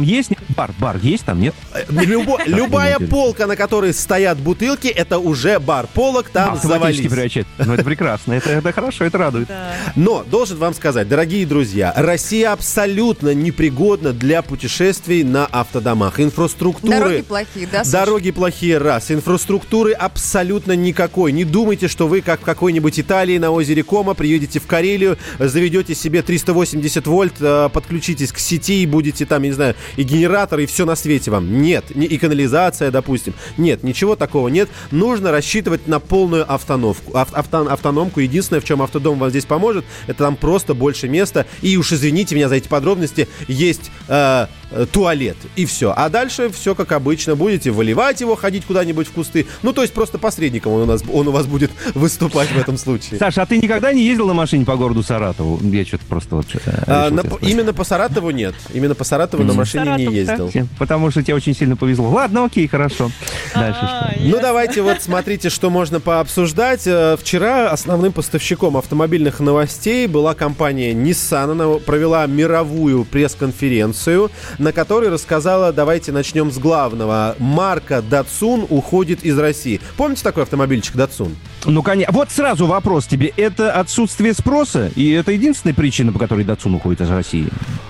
Бар, бар есть там, нет? Любо, любая полка, на которой стоят бутылки, это уже бар. Полок там завались. Превращает. Ну, это прекрасно, это, это хорошо, это радует. Да. Но, должен вам сказать, дорогие друзья, Россия абсолютно непригодна для путешествий на автодомах. Инфраструктуры... Дороги плохие, да, Саша? Дороги плохие, раз. Инфраструктуры абсолютно никакой. Не думайте, что вы, как в какой-нибудь Италии на озере Кома, приедете в Карелию, заведете себе триста восемьдесят вольт, подключитесь к сети и будете там, я не знаю, и генератор, и все на свете вам. Нет. И канализация, допустим. Нет, ничего такого нет. Нужно рассчитывать на полную автономку. Ав- авто- автономку. Единственное, в чем автодом вам здесь поможет, это там просто больше места. И уж извините меня за эти подробности, есть э, туалет. И все. А дальше все как обычно. Будете выливать его, ходить куда-нибудь в кусты. Ну, то есть просто посредником он у, нас, он у вас будет выступать в этом случае. Саша, а ты никогда не ездил на машине по городу Саратову? Я что-то просто вот... А, на, именно по Саратову нет. Именно по Саратову mm-hmm. на машине Саратов, не ездил. Да? Потому что тебе очень сильно повезло. Ладно, окей, хорошо. Дальше что? Ну, давайте вот смотрите, что можно пообсуждать. Вчера основным поставщиком автомобильных новостей была компания Nissan. Она провела мировую пресс-конференцию, на которой рассказала, давайте начнем с главного. Марка Datsun уходит из России. Помните такой автомобильчик Datsun? Ну, конечно. Вот сразу вопрос тебе. Это отсутствие спроса? И это единственная причина, по которой Datsun уходит из России?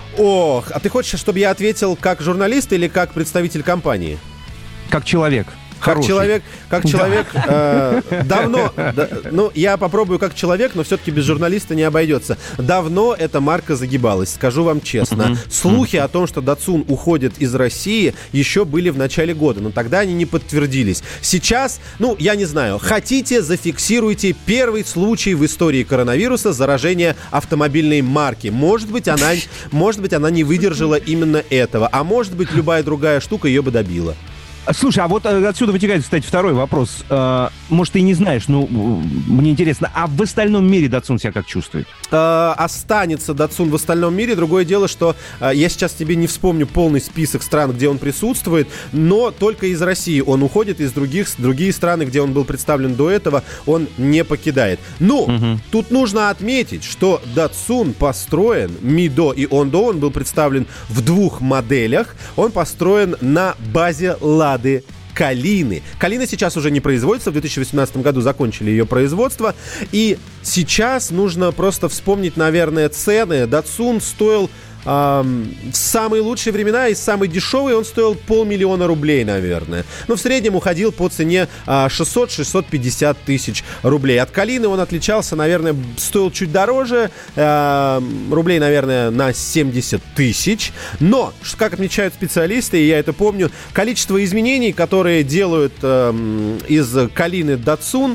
Ох, а ты хочешь, чтобы я ответил как журналист или как представитель компании? Как человек. Как Хороший. человек, как человек э, давно, да, ну, я попробую как человек, но все-таки без журналиста не обойдется. Давно эта марка загибалась, скажу вам честно. Uh-huh. Слухи uh-huh. о том, что Datsun уходит из России, еще были в начале года, но тогда они не подтвердились. Сейчас, ну, я не знаю, хотите, зафиксируйте первый случай в истории коронавируса заражения автомобильной марки. Может быть, она, может быть, она не выдержала именно этого, а может быть, любая другая штука ее бы добила. Слушай, а вот отсюда вытекает, кстати, второй вопрос. Может, ты и не знаешь, но мне интересно, а в остальном мире Datsun себя как чувствует? Останется Datsun в остальном мире. Другое дело, что я сейчас тебе не вспомню полный список стран, где он присутствует, но только из России он уходит, из других, другие страны, где он был представлен до этого, он не покидает. Ну, угу. Тут нужно отметить, что Datsun построен, Мидо и Ондо, он был представлен в двух моделях. Он построен на базе Лады Калины. Калина сейчас уже не производится. В две тысячи восемнадцатом году закончили ее производство. И сейчас нужно просто вспомнить, наверное, цены. Datsun стоил эм, в самые лучшие времена и самый дешевый он стоил полмиллиона рублей, наверное. Но в среднем уходил по цене э, шестьсот-шестьсот пятьдесят тысяч рублей. От Калины он отличался, наверное, стоил чуть дороже. Э, рублей, наверное, на семьдесят тысяч. Но, как отмечают специалисты, и я это помню, количество изменений, которые делают э, из Калины Datsun,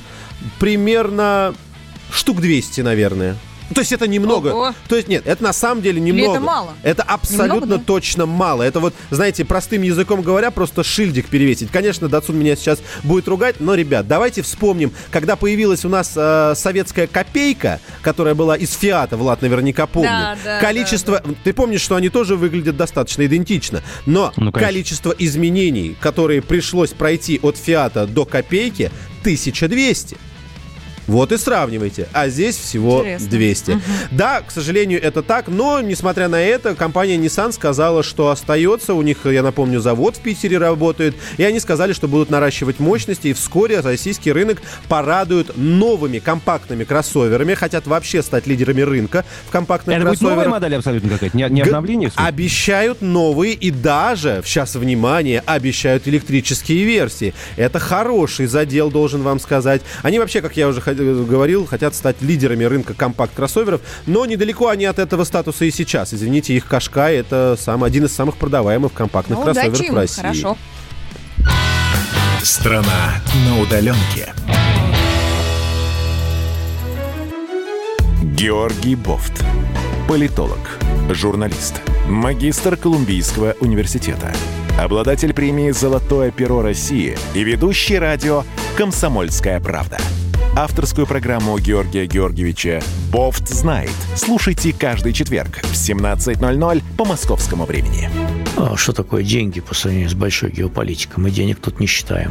примерно штук двести, наверное. То есть это немного. Ого. То есть нет, это на самом деле немного. Или это мало? Это абсолютно немного, да? Точно мало. Это вот, знаете, простым языком говоря, просто шильдик перевесить. Конечно, Datsun меня сейчас будет ругать, но, ребят, давайте вспомним, когда появилась у нас э, советская копейка, которая была из Фиата, Влад наверняка помнит. Да, да, количество, да, да. Ты помнишь, что они тоже выглядят достаточно идентично, но ну, количество изменений, которые пришлось пройти от Фиата до копейки, тысяча двести. Вот и сравнивайте. А здесь всего интересно. двести. Угу. Да, к сожалению, это так, но, несмотря на это, компания Nissan сказала, что остается. У них, я напомню, завод в Питере работает. И они сказали, что будут наращивать мощности. И вскоре российский рынок порадуют новыми компактными кроссоверами. Хотят вообще стать лидерами рынка в компактных это кроссоверах. Это будет новая модель абсолютно какая-то? Не, не обновление? Г- обещают новые и даже, сейчас, внимание, обещают электрические версии. Это хороший задел, должен вам сказать. Они вообще, как я уже говорил, хотят стать лидерами рынка компакт-кроссоверов, но недалеко они от этого статуса и сейчас. Извините, их Кашкай — это сам, один из самых продаваемых компактных ну, кроссоверов в России. Хорошо. Страна на удаленке. Георгий Бофт. Политолог, журналист, магистр Колумбийского университета, обладатель премии «Золотое перо России» и ведущий радио «Комсомольская правда». Авторскую программу Георгия Георгиевича «Бофт знает». Слушайте каждый четверг в семнадцать ноль ноль по московскому времени. А что такое деньги по сравнению с большой геополитикой? Мы денег тут не считаем.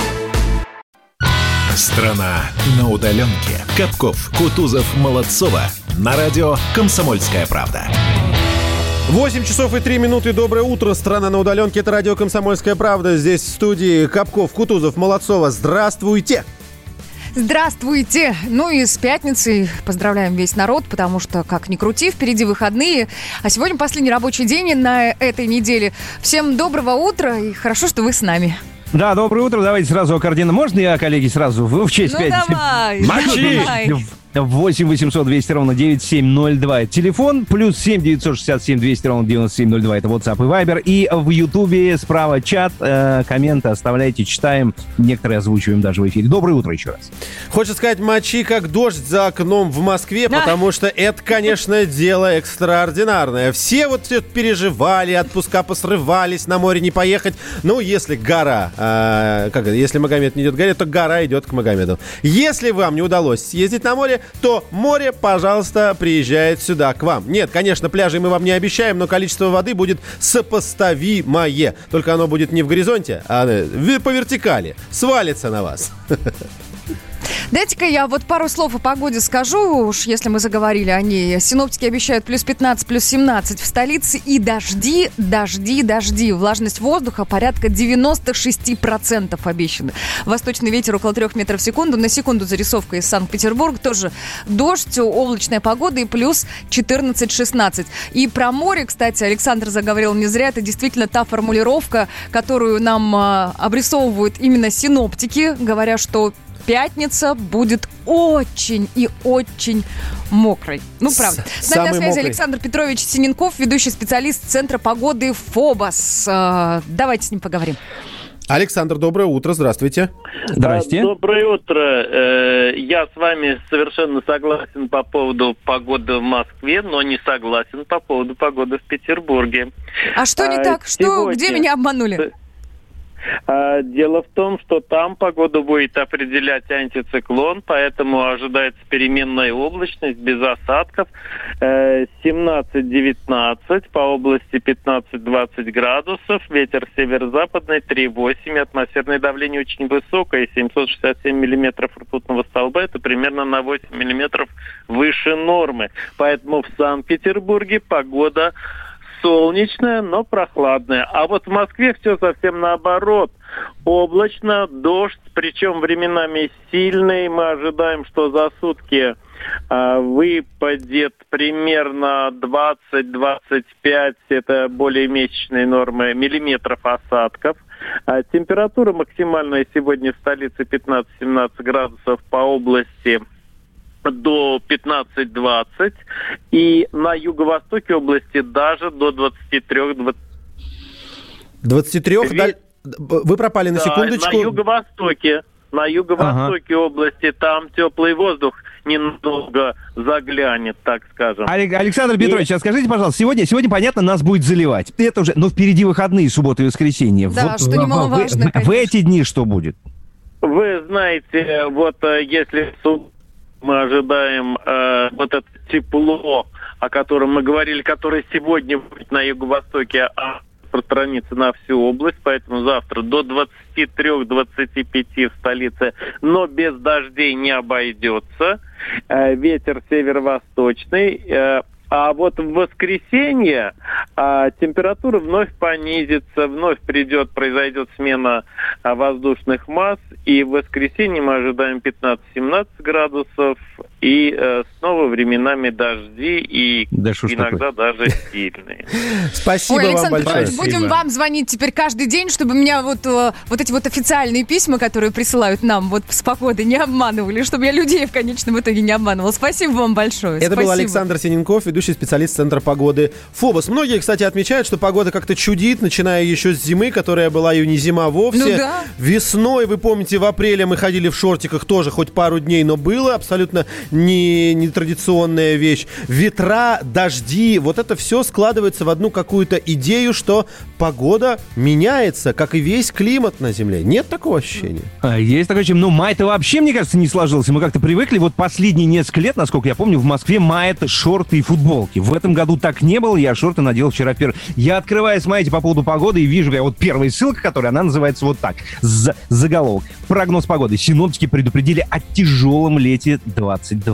Страна на удаленке. Капков, Кутузов, Молодцова. На радио «Комсомольская правда». восемь часов и три минуты. Доброе утро. Страна на удаленке. Это радио «Комсомольская правда». Здесь в студии Капков, Кутузов, Молодцова. Здравствуйте. Здравствуйте! Ну и с пятницей поздравляем весь народ, потому что, как ни крути, впереди выходные, а сегодня последний рабочий день на этой неделе. Всем доброго утра и хорошо, что вы с нами. Да, доброе утро. Давайте сразу о координатах. Можно я, коллеги, сразу в честь ну пятницы? Давай, Мочи! давай. восемь восемьсот двести ровно девяносто семь ноль два. Телефон плюс семь девятьсот шестьдесят семь двести ровно девяносто семь ноль два. Это WhatsApp и Viber. И в Ютубе справа чат. Э, комменты оставляйте, читаем. Некоторые озвучиваем даже в эфире. Доброе утро еще раз. Хочется сказать, мочи как дождь за окном в Москве, да. потому что это, конечно, дело экстраординарное. Все вот все переживали, отпуска посрывались, на море не поехать. Ну, если гора, э, как это, если Магомед не идет к горе, то гора идет к Магомеду. Если вам не удалось съездить на море, то море, пожалуйста, приезжает сюда, к вам. Нет, конечно, пляжей мы вам не обещаем, но количество воды будет сопоставимое. Только оно будет не в горизонте, а по вертикали. Свалится на вас. Дайте-ка я вот пару слов о погоде скажу, уж если мы заговорили о ней. Синоптики обещают плюс пятнадцать, плюс семнадцать в столице и дожди, дожди, дожди. Влажность воздуха порядка девяносто шесть процентов обещаны. Восточный ветер около трех метров в секунду. На секунду зарисовка из Санкт-Петербурга. Тоже дождь, облачная погода и плюс четырнадцать-шестнадцать. И про море, кстати, Александр заговорил не зря. Это действительно та формулировка, которую нам а, обрисовывают именно синоптики, говоря, что пятница будет очень и очень мокрой. Ну, правда. С нами на связи мокрый. Александр Петрович Синенков, ведущий специалист Центра погоды ФОБОС. Давайте с ним поговорим. Александр, доброе утро, здравствуйте. Здрасте. Доброе утро. Я с вами совершенно согласен по поводу погоды в Москве, но не согласен по поводу погоды в Петербурге. А что не так? Что, где меня обманули? Дело в том, что там погоду будет определять антициклон, поэтому ожидается переменная облачность без осадков. семнадцать-девятнадцать, по области пятнадцать-двадцать градусов, ветер северо-западный три восемь, атмосферное давление очень высокое, семьсот шестьдесят семь миллиметров ртутного столба, это примерно на восемь миллиметров выше нормы. Поэтому в Санкт-Петербурге погода солнечная, но прохладная. А вот в Москве все совсем наоборот. Облачно, дождь, причем временами сильный. Мы ожидаем, что за сутки а, выпадет примерно двадцать-двадцать пять, это более месячные нормы, миллиметров осадков. А, температура максимальная сегодня в столице пятнадцать-семнадцать градусов, по области до пятнадцать-двадцать, и на юго-востоке области даже до двадцати трёх. двадцати трёх? Ведь... Вы пропали на да, секундочку. На юго-востоке, на юго-востоке ага. области, там теплый воздух немного заглянет, так скажем. Александр Петрович, и... а скажите, пожалуйста, сегодня, сегодня, понятно, нас будет заливать. Это уже, но впереди выходные, суббота и воскресенье. Да, вот, что немаловажно, в, в эти дни что будет? Вы знаете, вот если... Мы ожидаем э, вот это тепло, о котором мы говорили, которое сегодня будет на юго-востоке, а распространится на всю область, поэтому завтра до двадцати трёх - двадцати пяти в столице, но без дождей не обойдется. Э, ветер северо-восточный. Э, А вот в воскресенье а, температура вновь понизится, вновь придет, произойдет смена а, воздушных масс, и в воскресенье мы ожидаем пятнадцать-семнадцать градусов, и а, снова временами дожди, и да иногда такой. Даже сильные. Спасибо Ой, Александр вам большое. Петрович, будем вам звонить теперь каждый день, чтобы меня вот, вот эти вот официальные письма, которые присылают нам вот с погоды, не обманывали, чтобы я людей в конечном итоге не обманывала. Спасибо вам большое. Это Спасибо. был Александр Синенков, ведущий специалист Центра погоды ФОБОС. Многие, кстати, отмечают, что погода как-то чудит, начиная еще с зимы, которая была и не зима вовсе. Ну да. Весной, вы помните, в апреле мы ходили в шортиках тоже хоть пару дней, но было абсолютно не, не традиционная вещь. Ветра, дожди, вот это все складывается в одну какую-то идею, что погода меняется, как и весь климат на Земле. Нет такого ощущения? А, есть такое ощущение. Ну, май-то вообще, мне кажется, не сложился. Мы как-то привыкли. Вот последние несколько лет, насколько я помню, в Москве май — это шорты и футбол. В этом году так не было, я шорты надел вчера первый. Я открываю, смотрите, по поводу погоды и вижу, я вот первая ссылка, которая, она называется вот так. З- заголовок. Прогноз погоды. Синоптики предупредили о тяжелом лете двадцать двадцать.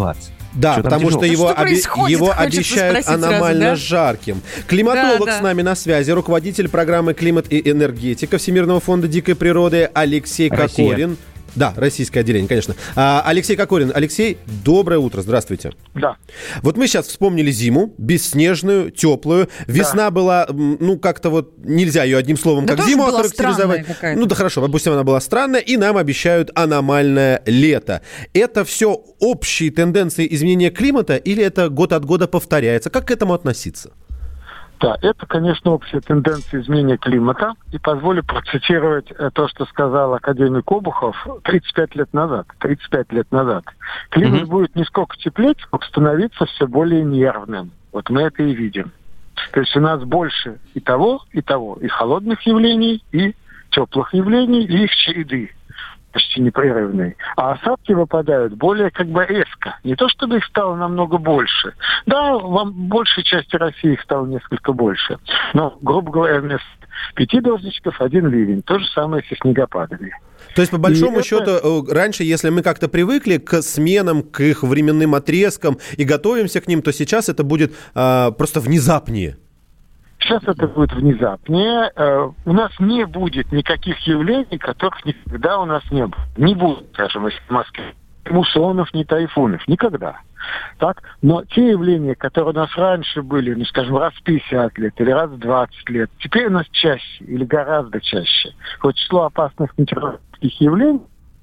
Да, что потому что его, что оби- его обещают аномально сразу, да? жарким. Климатолог да, да. с нами на связи, руководитель программы «Климат и энергетика» Всемирного фонда дикой природы Алексей Россия. Кокорин. Да, российское отделение, конечно. А, Алексей Кокорин. Алексей, доброе утро, здравствуйте. Да. Вот мы сейчас вспомнили зиму, бесснежную, теплую. Весна да. была, ну, как-то вот, нельзя ее одним словом, да как зиму была охарактеризовать. Ну да хорошо, допустим, она была странная, и нам обещают аномальное лето. Это все общие тенденции изменения климата, или это год от года повторяется? Как к этому относиться? Да, это, конечно, общая тенденция изменения климата. И позволю процитировать то, что сказал академик Обухов тридцать пять лет назад. тридцать пять лет назад. Климат mm-hmm. будет не сколько теплеть, сколько становиться все более нервным. Вот мы это и видим. То есть у нас больше и того, и того. И холодных явлений, и теплых явлений, и их череды почти непрерывные. А осадки выпадают более как бы резко. Не то чтобы их стало намного больше. Да, в большей части России их стало несколько больше. Но, грубо говоря, вместо пяти дождичков один ливень. То же самое со снегопадами. То есть, по большому и счету, это... раньше, если мы как-то привыкли к сменам, к их временным отрезкам и готовимся к ним, то сейчас это будет а, просто внезапнее. Сейчас это будет внезапнее. У нас не будет никаких явлений, которых никогда у нас не было. Не будет, скажем, если в Москве ни муссонов, ни тайфунов. Никогда. Так? Но те явления, которые у нас раньше были, ну, скажем, раз в пятьдесят лет или раз в двадцать лет, теперь у нас чаще или гораздо чаще. Вот число опасных метеорологических явлений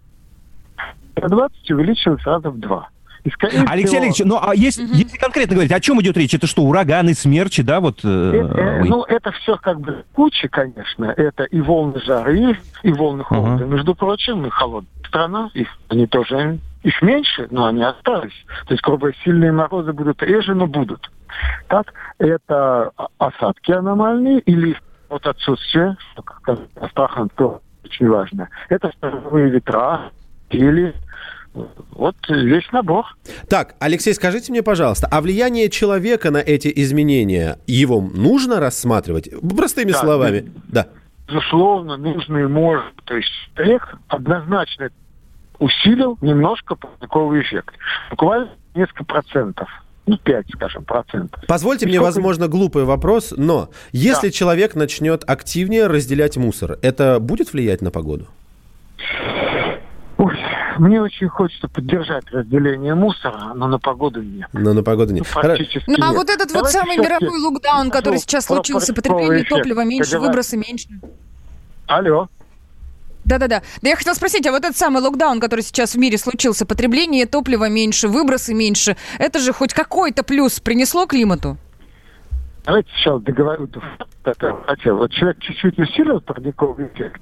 в двадцать увеличилось раза в два. Алексей всего... Алексеевич, ну а если, угу. если конкретно говорить, о чем идет речь? Это что, ураганы, смерчи, да? Вот, э, э, ну, это все как бы куча, конечно. Это и волны жары, и волны холода. Угу. Между прочим, и холодная страна. Их, они тоже, их меньше, но они остались. То есть, грубо говоря, сильные морозы будут реже, но будут. Так, это осадки аномальные или вот отсутствие, как Астрахань, то очень важно. Это штормовые ветра или... Вот весь набор. Так, Алексей, скажите мне, пожалуйста, а влияние человека на эти изменения, его нужно рассматривать? Простыми да, словами. Да. Безусловно, нужно и можно. То есть человек однозначно усилил немножко парниковый эффект. Буквально несколько процентов. Ну, пять, скажем, процентов. Позвольте и мне, сколько... возможно, глупый вопрос, но если да. человек начнет активнее разделять мусор, это будет влиять на погоду? Ой, мне очень хочется поддержать разделение мусора, но на погоду нет. Но на погоду нет. Ну, практически ну, а нет. Вот этот Давайте вот самый мировой локдаун, который сейчас случился, потребление топлива меньше, выбросы меньше. Алло. Да-да-да. Да я хотела спросить, а вот этот самый локдаун, который сейчас в мире случился, потребление топлива меньше, выбросы меньше, это же хоть какой-то плюс принесло климату? Давайте сначала договорю. Хотел. Вот человек чуть-чуть усилил парниковый эффект.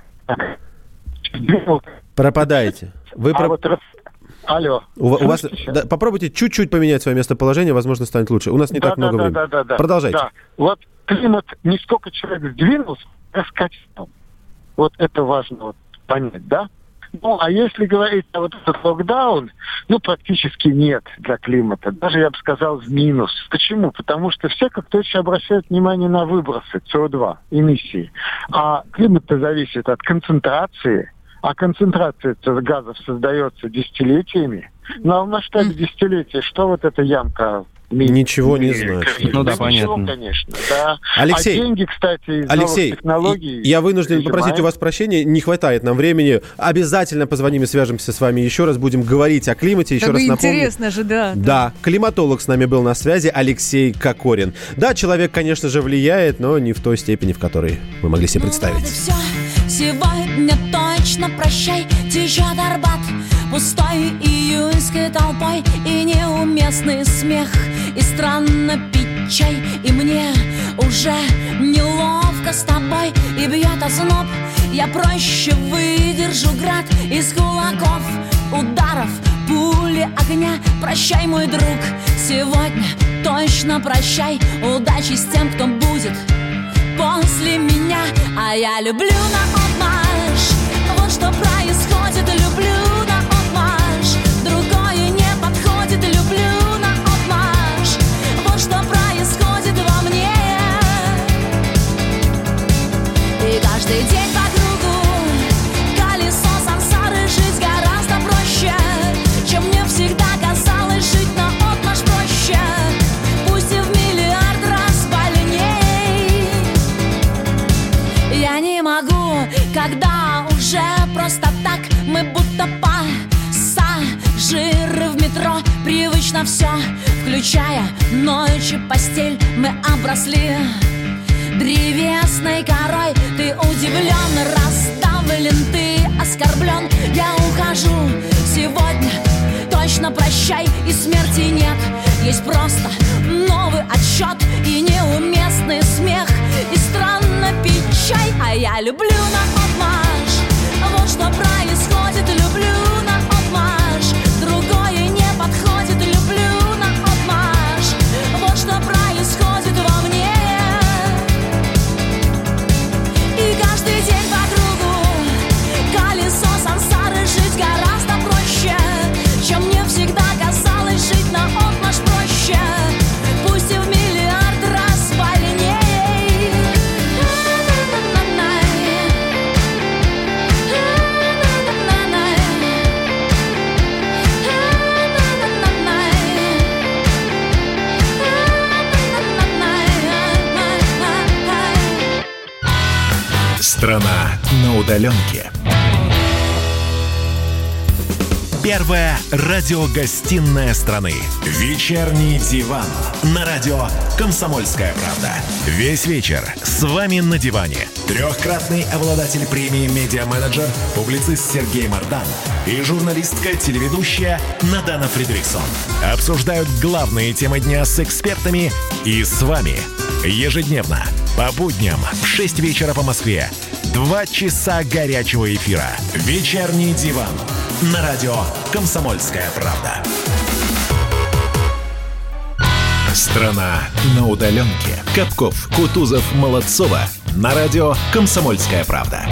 Пропадаете. Вы а про... вот раз... Алло. У, у вас... да, попробуйте чуть-чуть поменять свое местоположение, возможно, станет лучше. У нас не да, так да, много да, времени. Да, да, да, Продолжайте. Да. Вот климат, не сколько человек сдвинулся, раскачал. Вот это важно вот понять, да? Ну, а если говорить о вот этот локдаун, ну, практически нет для климата. Даже, я бы сказал, в минус. Почему? Потому что все как-то очень обращают внимание на выбросы си о два, эмиссии. А климат-то зависит от концентрации. А концентрация газов создается десятилетиями. Ну, а в масштабе десятилетия что вот эта ямка... Ничего не значит. Ну да, да понятно. Ничего, конечно, да. Алексей, а деньги, кстати, из Алексей, новых технологий... я вынужден занимает... попросить у вас прощения, не хватает нам времени. Обязательно позвоним и свяжемся с вами еще раз, будем говорить о климате, еще как раз напомню. Интересно же, да, да. Да, климатолог с нами был на связи, Алексей Кокорин. Да, человек, конечно же, влияет, но не в той степени, в которой мы могли себе представить. Ну, вот сегодня точно прощай, течет Арбат пустой июньской толпой. И неуместный смех, и странно пить чай. И мне уже неловко с тобой, и бьет озноб. Я проще выдержу град из кулаков, ударов, пули огня. Прощай, мой друг, сегодня точно прощай. Удачи с тем, кто будет после меня. А я люблю наотмашь, вот что происходит. Люблю наотмашь, другое не подходит. Люблю наотмашь, вот что происходит во мне. И каждый день по кругу колесо сансары. Жить гораздо проще, чем мне всегда казалось. Жить наотмашь, точно все, включая ночь и постель, мы обросли древесной корой. Ты удивлен, расставлен, ты оскорблен. Я ухожу сегодня, точно прощай, и смерти нет. Есть просто новый отсчет и неуместный смех, и странно пить чай, а я люблю наотмашь. Вот что происходит, люблю наотмашь. Другое не подходит, люблю наотмашь. Вот что происходит во мне. И каждый день по кругу колесо сансары, жить гораздо проще, чем мне всегда казалось, жить наотмашь проще. Пусть и в миллиард раз больней. Страна на удаленке. Первая радиогостинная страны. Вечерний диван. На радио «Комсомольская правда». Весь вечер с вами на диване. Трехкратный обладатель премии «Медиа-менеджер», публицист Сергей Мардан и журналистка-телеведущая Надана Фридриксон обсуждают главные темы дня с экспертами и с вами. Ежедневно, по будням в шесть вечера по Москве. Два часа горячего эфира. Вечерний диван. На радио «Комсомольская правда». Страна на удаленке. Капков, Кутузов, Молодцова. На радио «Комсомольская правда».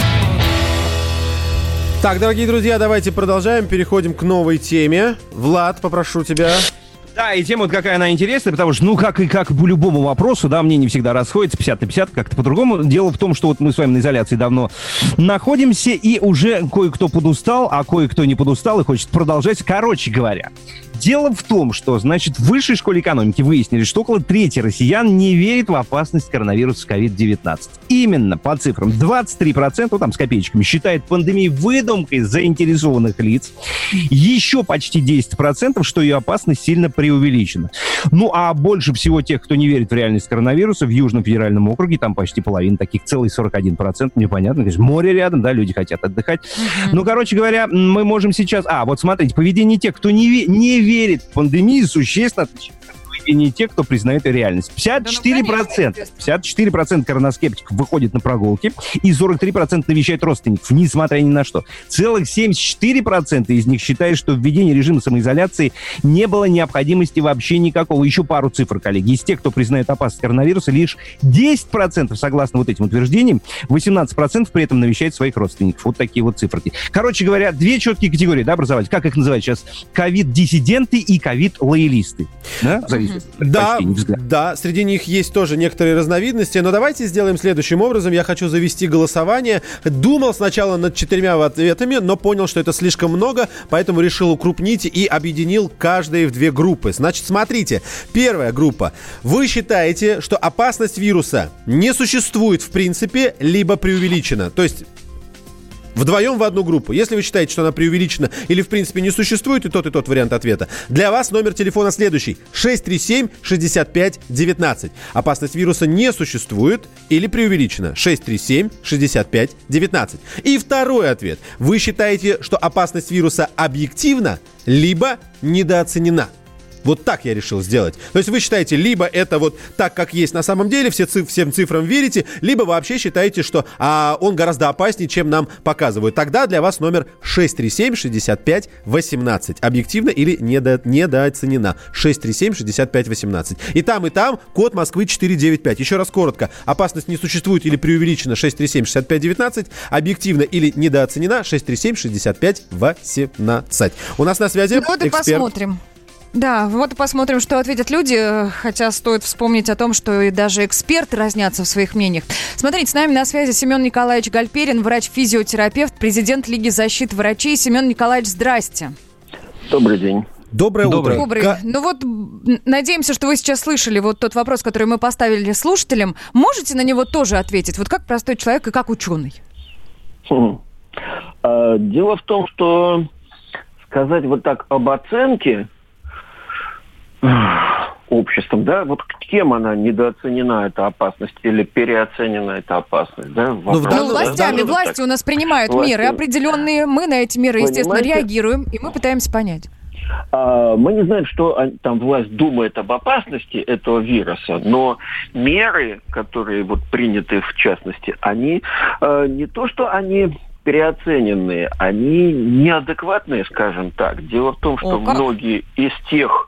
Так, дорогие друзья, давайте продолжаем. Переходим к новой теме. Влад, попрошу тебя. Да, и тема вот какая она интересная, потому что, ну, как и как по любому вопросу, да, мнения всегда расходятся, пятьдесят на пятьдесят, как-то по-другому. Дело в том, что вот мы с вами на изоляции давно находимся, и уже кое-кто подустал, а кое-кто не подустал и хочет продолжать. Короче говоря, дело в том, что, значит, в высшей школе экономики выяснили, что около трети россиян не верит в опасность коронавируса ковид девятнадцать. Именно по цифрам двадцать три процента, ну, там с копеечками, считает пандемию выдумкой заинтересованных лиц. Еще почти десять процентов, что ее опасность сильно преувеличена. Ну, а больше всего тех, кто не верит в реальность коронавируса, в Южном федеральном округе, там почти половина, таких целый сорок один процент, непонятно, конечно, море рядом, да, люди хотят отдыхать. Mm-hmm. Ну, короче говоря, мы можем сейчас... А, вот смотрите, поведение тех, кто не, ве... не верит в пандемию, существенно отличается от поведения тех, кто признает ее реальность. пятьдесят четыре процента, пятьдесят четыре процента коронавскептиков выходит на прогулки, и сорок три процента навещает родственников, несмотря ни на что. Целых семьдесят четыре процента из них считают, что введение режима самоизоляции не было необходимости вообще никакого. Еще пару цифр, коллеги. Из тех, кто признает опасность коронавируса, лишь десять процентов, согласно вот этим утверждениям, восемнадцать процентов при этом навещает своих родственников. Вот такие вот циферки. Короче говоря, две четкие категории, да, образовать. Как их называют сейчас? Ковид-диссиденты и ковид-лоялисты. Да? Зависит. Да, да, среди них есть тоже некоторые разновидности, но давайте сделаем следующим образом. Я хочу завести голосование. Думал сначала над четырьмя ответами, но понял, что это слишком много, поэтому решил укрупнить и объединил каждые в две группы. Значит, смотрите, первая группа. Вы считаете, что опасность вируса не существует в принципе, либо преувеличена? То есть... Вдвоем в одну группу. Если вы считаете, что она преувеличена или в принципе не существует, и тот, и тот вариант ответа, для вас номер телефона следующий. шесть три семь шестьдесят пять девятнадцать. Опасность вируса не существует или преувеличена. шесть три семь шестьдесят пять девятнадцать. И второй ответ. Вы считаете, что опасность вируса объективна, либо недооценена. Вот так я решил сделать. То есть вы считаете, либо это вот так, как есть на самом деле, все циф- всем цифрам верите, либо вообще считаете, что а, он гораздо опаснее, чем нам показывают. Тогда для вас номер шесть три семь шестьдесят пять восемнадцать. Объективно или недо- недооценена. шесть три семь шестьдесят пять восемнадцать. И там, и там код Москвы четыреста девяносто пять. Еще раз коротко. Опасность не существует или преувеличена. шесть три семь шестьдесят пять девятнадцать. Объективно или недооценена. шесть три семь шестьдесят пять восемнадцать. У нас на связи ну, вот и эксперт. Посмотрим. Да, вот и посмотрим, что ответят люди, хотя стоит вспомнить о том, что и даже эксперты разнятся в своих мнениях. Смотрите, с нами на связи Семен Николаевич Гальперин, врач-физиотерапевт, президент Лиги защиты врачей. Семен Николаевич, здрасте. Добрый день. Доброе утро. Добрый. К... Ну вот, надеемся, что вы сейчас слышали вот тот вопрос, который мы поставили слушателям. Можете на него тоже ответить? Вот как простой человек и как ученый? Хм. А, дело в том, что сказать вот так об оценке обществом, да, вот кем она недооценена, эта опасность, или переоценена эта опасность, да? Вопрос, ну, властями, да, власти так. У нас принимают власти. Меры определенные, мы на эти меры, Понимаете? естественно, реагируем, и мы пытаемся понять. А, мы не знаем, что там власть думает об опасности этого вируса, но меры, которые вот приняты в частности, они э, не то, что они переоцененные, они неадекватные, скажем так. Дело в том, что О, многие из тех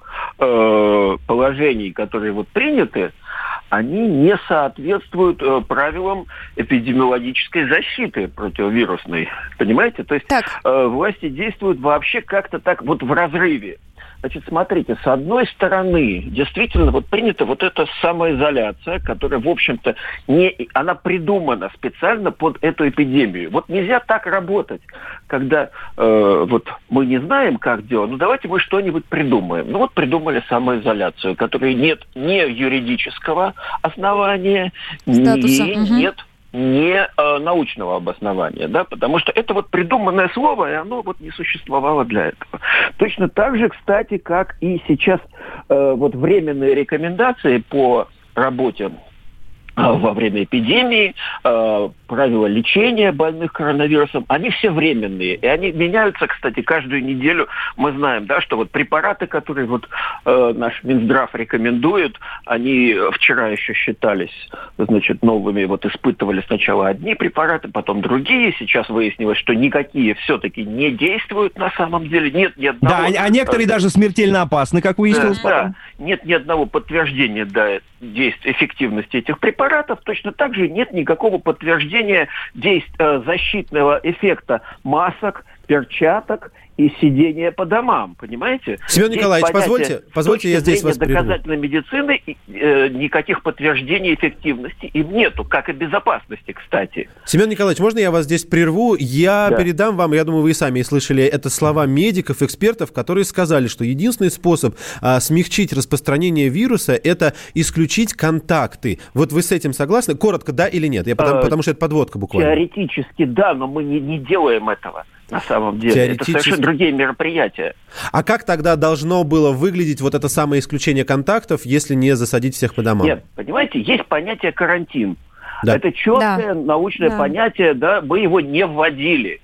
э, положений, которые вот приняты, они не соответствуют э, правилам эпидемиологической защиты противовирусной. Понимаете? То есть э, власти действуют вообще как-то так вот в разрыве. Значит, смотрите, с одной стороны, действительно, вот принята вот эта самоизоляция, которая, в общем-то, не, она придумана специально под эту эпидемию. Вот нельзя так работать, когда э, вот мы не знаем, как делать, ну давайте мы что-нибудь придумаем. Ну вот придумали самоизоляцию, которой нет ни юридического основания, Статуса. ни угу. нет не э, научного обоснования, да, потому что это вот придуманное слово, и оно вот не существовало для этого. Точно так же, кстати, как и сейчас э, вот временные рекомендации по работе э, во время эпидемии, э, правила лечения больных коронавирусом, они все временные, и они меняются, кстати, каждую неделю. Мы знаем, да, что вот препараты, которые вот э, наш Минздрав рекомендует, они вчера еще считались, значит, новыми, вот испытывали сначала одни препараты, потом другие, сейчас выяснилось, что никакие все-таки не действуют на самом деле, нет ни одного... Да, а некоторые даже смертельно опасны, как выяснилось да, потом. Да, нет ни одного подтверждения, да, действия, эффективности этих препаратов, точно так же нет никакого подтверждения действия защитного эффекта масок, перчаток и сидения по домам, понимаете? Семен Николаевич, позвольте, позвольте я здесь вас прерву. Доказательной медицины э, никаких подтверждений эффективности им нету, как и безопасности, кстати. Семен Николаевич, можно я вас здесь прерву? Я да. передам вам, я думаю, вы и сами слышали, это слова медиков, экспертов, которые сказали, что единственный способ а, смягчить распространение вируса – это исключить контакты. Вот вы с этим согласны? Коротко, да или нет? Я потому, а, потому что это подводка буквально. Теоретически, да, но мы не, не делаем этого. На самом деле, это совершенно другие мероприятия. А как тогда должно было выглядеть вот это самое исключение контактов, если не засадить всех по домам? Нет, понимаете, есть понятие карантин. Да. Это четкое да. научное да. понятие, да, мы его не вводили.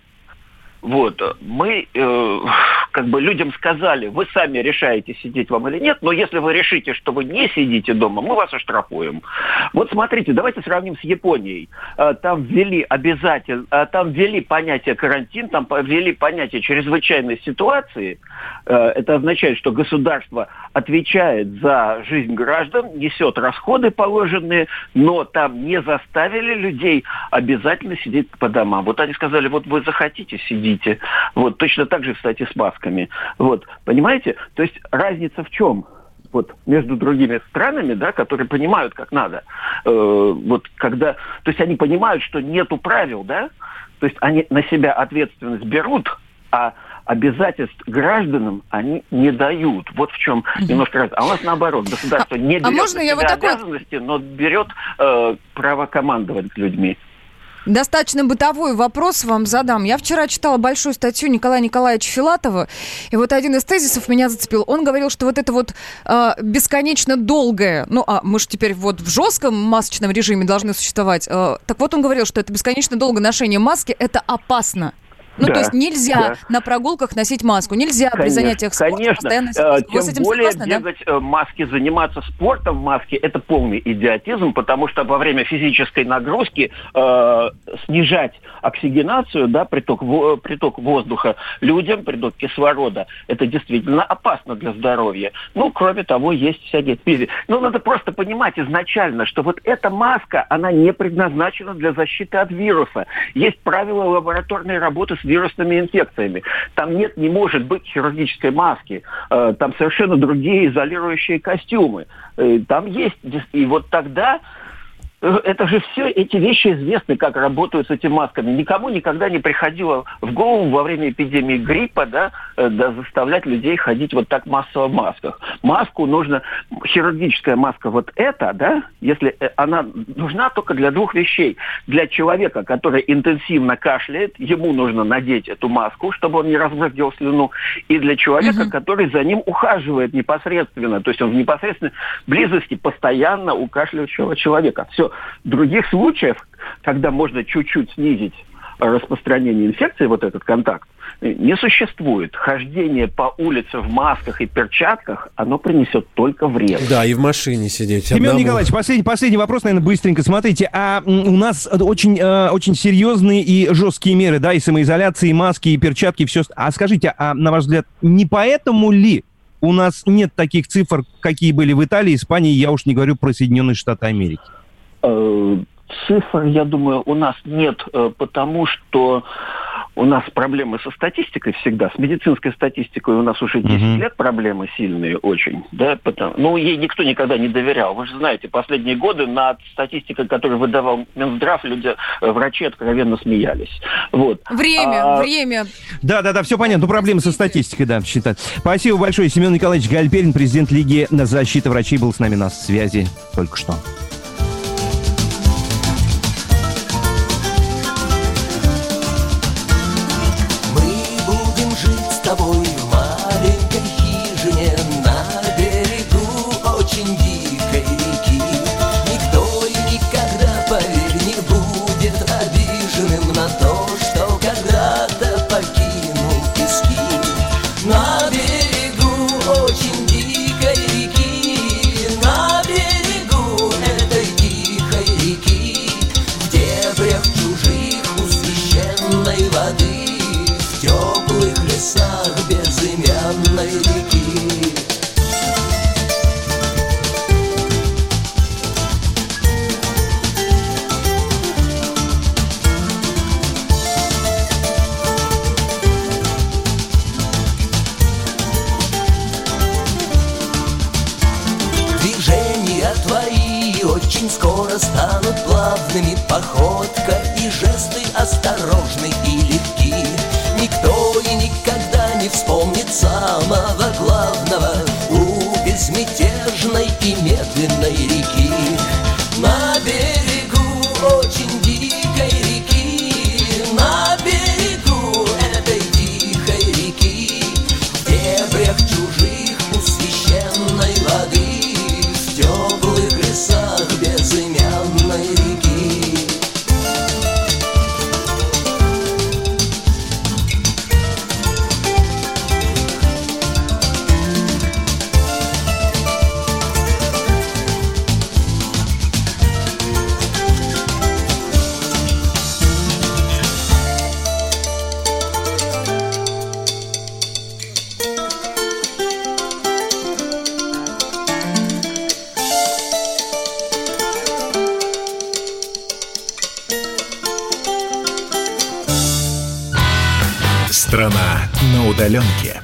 Вот, мы э, как бы людям сказали, вы сами решаете, сидеть вам или нет, но если вы решите, что вы не сидите дома, мы вас оштрафуем. Вот смотрите, давайте сравним с Японией. Там ввели обязательно, там ввели понятие карантин, там ввели понятие чрезвычайной ситуации. Это означает, что государство отвечает за жизнь граждан, несет расходы положенные, но там не заставили людей обязательно сидеть по домам. Вот они сказали, вот вы захотите, сидите. Вот, точно так же, кстати, с масками. Вот, понимаете? То есть разница в чем? Вот между другими странами, да, которые понимают, как надо. Э, вот когда, то есть они понимают, что нету правил, да, то есть они на себя ответственность берут, а обязательств гражданам они не дают. Вот в чем немножко раз. А у нас наоборот, государство не берет а на себя вот обязанности, такой... но берет э, право командовать людьми. Достаточно бытовой вопрос вам задам. Я вчера читала большую статью Николая Николаевича Филатова, и вот один из тезисов меня зацепил. Он говорил, что вот это вот э, бесконечно долгое, ну, а мы же теперь вот в жестком масочном режиме должны существовать, э, так вот он говорил, что это бесконечно долгое ношение маски, это опасно. Ну, да, то есть нельзя да. на прогулках носить маску, нельзя конечно, при занятиях спортом конечно. постоянно носить маску. Тем Вы с этим более согласны, бегать да? в маске, заниматься спортом в маске – это полный идиотизм, потому что во время физической нагрузки э, снижать оксигенацию, да, приток, в, приток воздуха людям, приток кислорода – это действительно опасно для здоровья. Ну, кроме того, есть всякие... Ну, надо просто понимать изначально, что вот эта маска, она не предназначена для защиты от вируса. Есть правила лабораторной работы с вирусными инфекциями. Там нет, не может быть хирургической маски. Э, там совершенно другие изолирующие костюмы. Э, там есть... И вот тогда это же все эти вещи известны, как работают с этими масками. Никому никогда не приходило в голову во время эпидемии гриппа, да, да, заставлять людей ходить вот так массово в масках. Маску нужно, хирургическая маска вот эта, да, если она нужна только для двух вещей. Для человека, который интенсивно кашляет, ему нужно надеть эту маску, чтобы он не разбрызгивал слюну, и для человека, угу. который за ним ухаживает непосредственно, то есть он в непосредственной близости постоянно у кашляющего человека. Все. Других случаев, когда можно чуть-чуть снизить распространение инфекции, вот этот контакт, не существует. Хождение по улице в масках и перчатках, оно принесет только вред. Да, и в машине сидеть. Семен одному. Николаевич, последний, последний вопрос, наверное, быстренько. Смотрите, а у нас очень, э, очень серьезные и жесткие меры, да, и самоизоляции, и маски, и перчатки, и все. А скажите, а на ваш взгляд, не поэтому ли у нас нет таких цифр, какие были в Италии, Испании, я уж не говорю про Соединенные Штаты Америки? Цифр, я думаю, у нас нет, потому что у нас проблемы со статистикой всегда. С медицинской статистикой у нас уже десять mm-hmm. лет проблемы сильные очень. Да, потому, ну, ей никто никогда не доверял. Вы же знаете, последние годы над статистикой, которую выдавал Минздрав, люди, врачи откровенно смеялись. Вот. Время, а... время. Да-да-да, все понятно. Ну, проблемы со статистикой, да, считать. Спасибо большое. Семен Николаевич Гальперин, президент Лиги защиты врачей, был с нами на связи только что. Походка и жесты осторожны и легки. Никто и никогда не вспомнит самого главного у безмятежной и медленной реки. На берегу очень дикой реки, на берегу этой тихой реки, в дебрях чужих у священной воды, в теплых лесах безымянной реки. Страна на удаленке.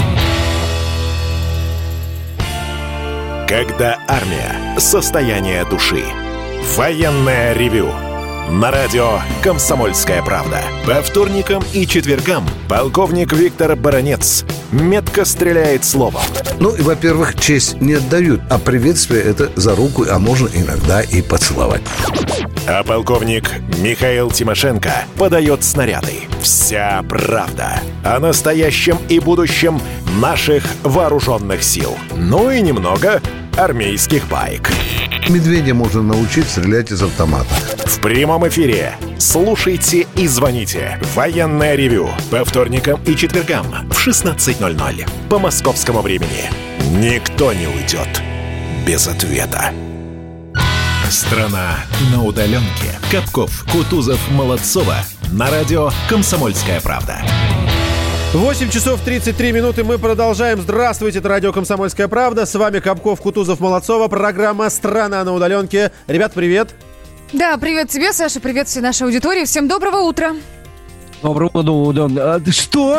Когда армия. Состояние души. Военное ревю. На радио «Комсомольская правда». По вторникам и четвергам полковник Виктор Баранец метко стреляет словом. Ну, и, во-первых, честь не отдают, а приветствие — это за руку, а можно иногда и поцеловать. А полковник Михаил Тимошенко подает снаряды. Вся правда о настоящем и будущем наших вооруженных сил. Ну и немного армейских баек. Медведя можно научить стрелять из автомата. В прямом эфире слушайте и звоните. Военное ревю по вторникам и четвергам в шестнадцать ноль ноль по московскому времени. Никто не уйдет без ответа. Страна на удаленке. Капков, Кутузов, Молодцова. На радио «Комсомольская правда». восемь часов тридцать три минуты. Мы продолжаем. Здравствуйте, это радио «Комсомольская правда». С вами Капков, Кутузов, Молодцова. Программа «Страна на удаленке». Ребят, привет. Да, привет тебе, Саша. Привет всей нашей аудитории. Всем доброго утра. Доброго утра. Что?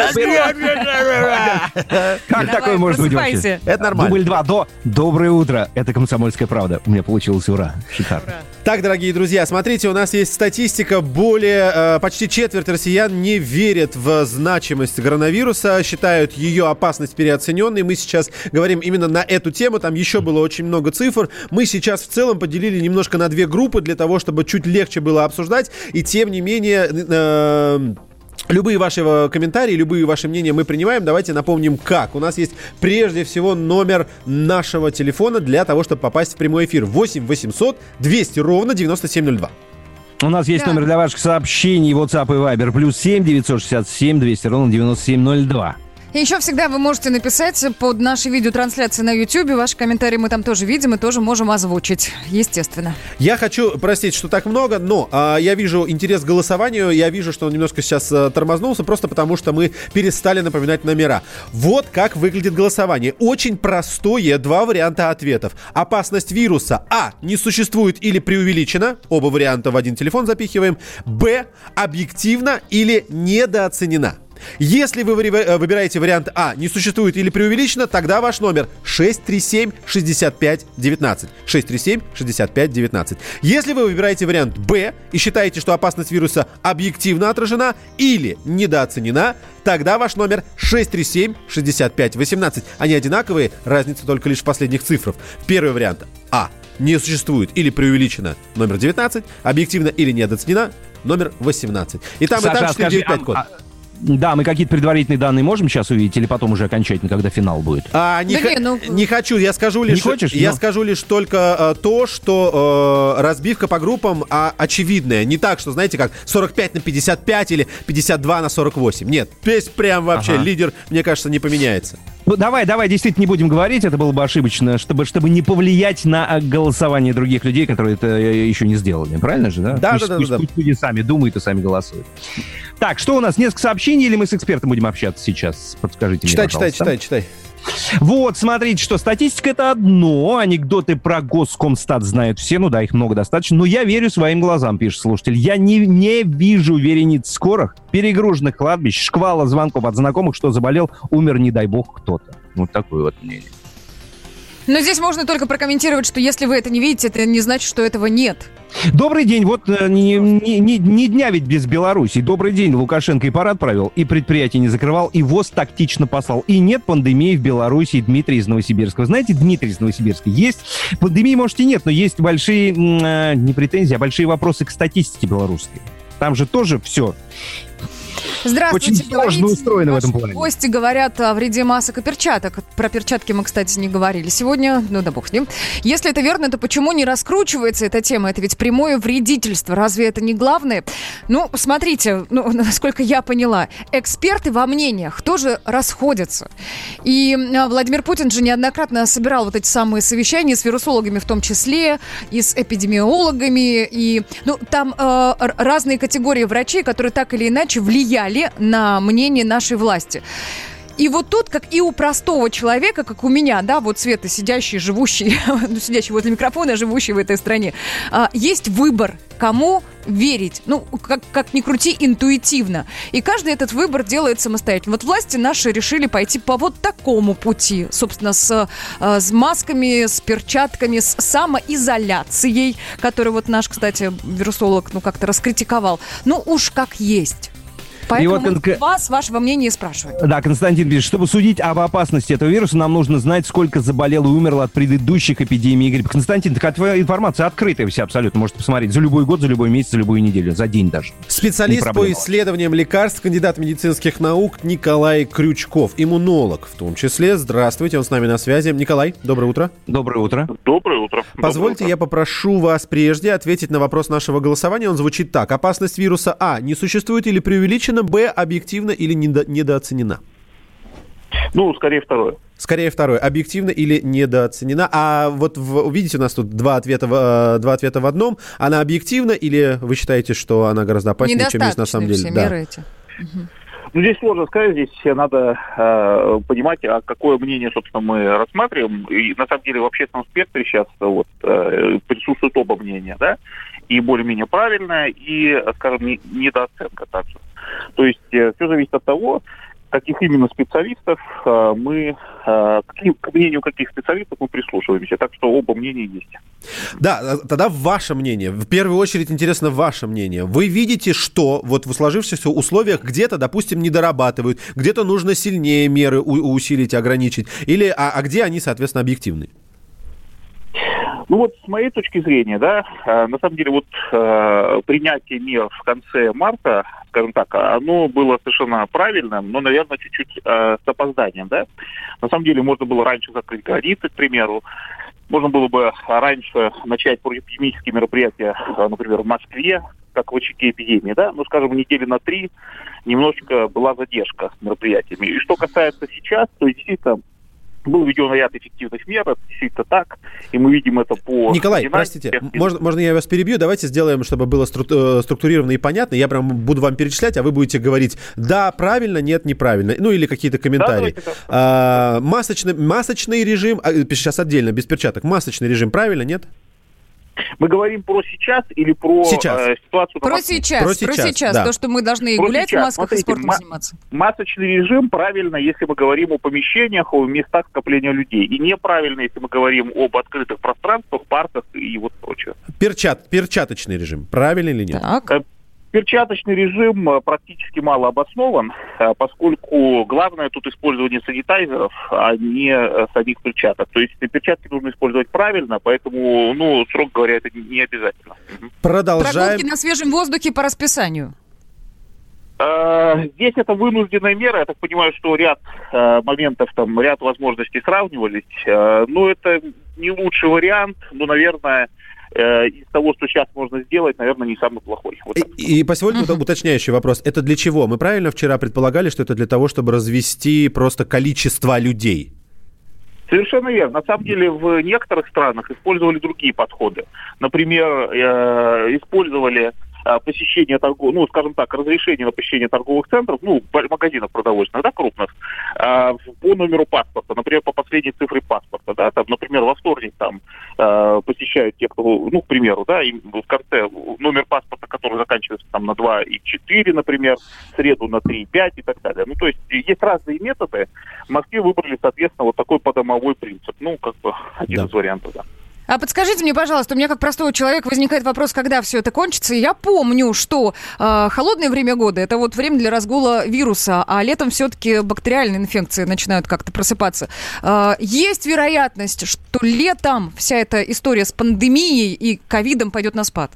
Как такое может быть вообще? Это нормально. Дубль два. До. Доброе утро. Это «Комсомольская правда». У меня получилось. Ура. Шикарно. Так, дорогие друзья, смотрите, у нас есть статистика. Более, э, почти четверть россиян не верят в значимость коронавируса, считают ее опасность переоцененной. Мы сейчас говорим именно на эту тему, там еще было очень много цифр. Мы сейчас в целом поделили немножко на две группы для того, чтобы чуть легче было обсуждать. И тем не менее... Э, Любые ваши комментарии, любые ваши мнения мы принимаем. Давайте напомним, как. У нас есть прежде всего номер нашего телефона для того, чтобы попасть в прямой эфир. восемь восемьсот двести ровно девяносто семь ноль два. У нас есть да. номер для ваших сообщений WhatsApp и Viber. Плюс семь девятьсот шестьдесят семь двести ровно девяносто семь ноль два. И еще всегда вы можете написать под нашей видеотрансляцией на YouTube. Ваши комментарии мы там тоже видим и тоже можем озвучить, естественно. Я хочу, простить, что так много, но а, я вижу интерес к голосованию. Я вижу, что он немножко сейчас а, тормознулся, просто потому что мы перестали напоминать номера. Вот как выглядит голосование. Очень простое, два варианта ответов. Опасность вируса: А. Не существует или преувеличена. Оба варианта в один телефон запихиваем. Б. Объективно или недооценена. Если вы выбираете вариант А, не существует или преувеличено, тогда ваш номер шесть три семь шестьдесят пять девятнадцать. шесть три семь шестьдесят пять девятнадцать. Если вы выбираете вариант Б и считаете, что опасность вируса объективно отражена или недооценена, тогда ваш номер шесть три семь шестьдесят пять восемнадцать. Они одинаковые, разница только лишь в последних цифрах. Первый вариант А. Не существует или преувеличено, номер девятнадцать. Объективно или недооценена, номер восемнадцать. И там, Саша, и там четыре девять пять код. А... Да, мы какие-то предварительные данные можем сейчас увидеть или потом уже окончательно, когда финал будет? А, не, да х... не, ну... не хочу, я скажу лишь, не хочешь, я но... скажу лишь только э, то, что э, разбивка по группам а, очевидная. Не так, что, знаете, как сорок пять на пятьдесят пять или пятьдесят два на сорок восемь. Нет, здесь прям вообще ага. лидер, мне кажется, не поменяется. Ну, давай, давай, действительно не будем говорить, это было бы ошибочно, чтобы, чтобы не повлиять на голосование других людей, которые это еще не сделали. Правильно же, да? Да, пусть, да, да. Пусть, да, пусть да. люди сами думают и сами голосуют. Так, что у нас? Несколько сообщений или мы с экспертом будем общаться сейчас? Подскажите читай, мне, пожалуйста. Читай, читай, читай. Вот, смотрите, что статистика — это одно, анекдоты про Госкомстат знают все, ну да, их много достаточно, но я верю своим глазам, пишет слушатель. Я не, не вижу верениц скорых, перегруженных кладбищ, шквала звонков от знакомых, что заболел, умер, не дай бог, кто-то. Вот такое вот мнение. Но здесь можно только прокомментировать, что если вы это не видите, это не значит, что этого нет. Добрый день. Вот ни, ни, ни, ни дня ведь без Беларуси. Добрый день. Лукашенко и парад провел, и предприятие не закрывал, и ВОЗ тактично послал. И нет пандемии в Беларуси. Дмитрий из Новосибирска. Вы знаете, Дмитрий из Новосибирска, есть пандемии, может, и нет, но есть большие, не претензии, а большие вопросы к статистике белорусской. Там же тоже все... Здравствуйте, очень сложно устроено в этом плане. Гости говорят о вреде масок и перчаток. Про перчатки мы, кстати, не говорили сегодня. Ну да бог с ним. Если это верно, то почему не раскручивается эта тема? Это ведь прямое вредительство. Разве это не главное? Ну, смотрите, ну, насколько я поняла, эксперты во мнениях тоже расходятся. И Владимир Путин же неоднократно собирал вот эти самые совещания с вирусологами в том числе, и с эпидемиологами. И, ну, там э, разные категории врачей, которые так или иначе влияли на мнение нашей власти. И вот тут, как и у простого человека, как у меня, да, вот Света, сидящий, живущий, ну, сидящий возле микрофона, живущий в этой стране, есть выбор, кому верить. Ну, как, как ни крути, интуитивно. И каждый этот выбор делает самостоятельно. Вот власти наши решили пойти по вот такому пути. Собственно, с, с масками, с перчатками, с самоизоляцией, которую вот наш, кстати, вирусолог, ну, как-то раскритиковал. Ну, уж как есть. Поэтому вот конк... вас, вашего мнения спрашивают. Да, Константин пишет, чтобы судить об опасности этого вируса, нам нужно знать, сколько заболело и умерло от предыдущих эпидемий гриппа. Константин, такая твоя информация открытая вся абсолютно. Можете посмотреть за любой год, за любой месяц, за любую неделю, за день даже. Специалист по исследованиям лекарств, кандидат медицинских наук Николай Крючков, иммунолог в том числе. Здравствуйте, он с нами на связи. Николай, доброе утро. Доброе утро. Доброе утро. Позвольте, доброе утро. Я попрошу вас прежде ответить на вопрос нашего голосования. Он звучит так. Опасность вируса А не существует или преувеличена, Б объективно или недо- недооценена? Ну, скорее второе. Скорее второе. Объективно или недооценена? А вот в, видите, у нас тут два ответа, в, два ответа в одном. Она объективна или вы считаете, что она гораздо опаснее, чем есть на самом деле? Все меры эти. Угу. Ну, здесь сложно сказать, здесь надо э, понимать, а какое мнение, собственно, мы рассматриваем. И, на самом деле, в общественном спектре сейчас вот, э, присутствуют оба мнения, да, и более-менее правильное, и, скажем, не, недооценка также. То есть э, все зависит от того, каких именно специалистов э, мы, э, каким, к мнению каких специалистов мы прислушиваемся. Так что оба мнения есть. Да, тогда ваше мнение. В первую очередь интересно ваше мнение. Вы видите, что вот в сложившихся условиях где-то, допустим, не дорабатывают, где-то нужно сильнее меры у- усилить, ограничить, или, а, а где они, соответственно, объективны? Ну вот с моей точки зрения, да, э, на самом деле вот э, принятие мер в конце марта, скажем так, оно было совершенно правильным, но, наверное, чуть-чуть э, с опозданием, да. На самом деле можно было раньше закрыть границы, к примеру, можно было бы раньше начать противоэпидемические мероприятия, например, в Москве, как в очаге эпидемии, да, ну, скажем, недели на три немножечко была задержка с мероприятиями. И что касается сейчас, то действительно был введен ряд эффективных мер, это действительно так, и мы видим это по... Николай, динамике. простите, можно, можно я вас перебью? Давайте сделаем, чтобы было стру- структурировано и понятно. Я прям буду вам перечислять, а вы будете говорить да, правильно, нет, неправильно. Ну, или какие-то комментарии. Да, а, масочный, масочный режим, а, сейчас отдельно, без перчаток, масочный режим правильно, нет? Мы говорим про сейчас или про сейчас. Э, ситуацию про на Москве? сейчас, про сейчас, про сейчас. Да. То, что мы должны Про гулять сейчас. в масках Смотрите, и спортом ма- заниматься. Масочный режим правильно, если мы говорим о помещениях, о местах скопления людей. И неправильно, если мы говорим об открытых пространствах, парках и вот прочее. Перчат, перчаточный режим, правильно или нет? Так. Перчаточный режим практически мало обоснован, поскольку главное тут использование санитайзеров, а не самих перчаток. То есть перчатки нужно использовать правильно, поэтому, ну, строго говоря, это не обязательно. Продолжаем. Прогулки на свежем воздухе по расписанию. Здесь это вынужденная мера. Я так понимаю, что ряд э, моментов, там, ряд возможностей сравнивались. Э, но это не лучший вариант, но, наверное... из того, что сейчас можно сделать, наверное, не самый плохой. Вот и, и позвольте uh-huh. уточняющий вопрос. Это для чего? Мы правильно вчера предполагали, что это для того, чтобы развести просто количество людей? Совершенно верно. На самом деле в некоторых странах использовали другие подходы. Например, э, использовали посещение торговых, ну, скажем так, разрешение на посещение торговых центров, ну, магазинов продовольственных, да, крупных, э, по номеру паспорта, например, по последней цифре паспорта, да, там, например, во вторник там э, посещают те, кто, ну, к примеру, да, и в конце номер паспорта, который заканчивается там на два и четыре, например, в среду на три и пять и так далее. Ну, то есть есть разные методы. В Москве выбрали, соответственно, вот такой подомовой принцип. Ну, как бы один да. из вариантов, да. А подскажите мне, пожалуйста, у меня как простого человека возникает вопрос, когда все это кончится. Я помню, что э, холодное время года – это вот время для разгула вируса, а летом все-таки бактериальные инфекции начинают как-то просыпаться. Э, есть вероятность, что летом вся эта история с пандемией и ковидом пойдет на спад?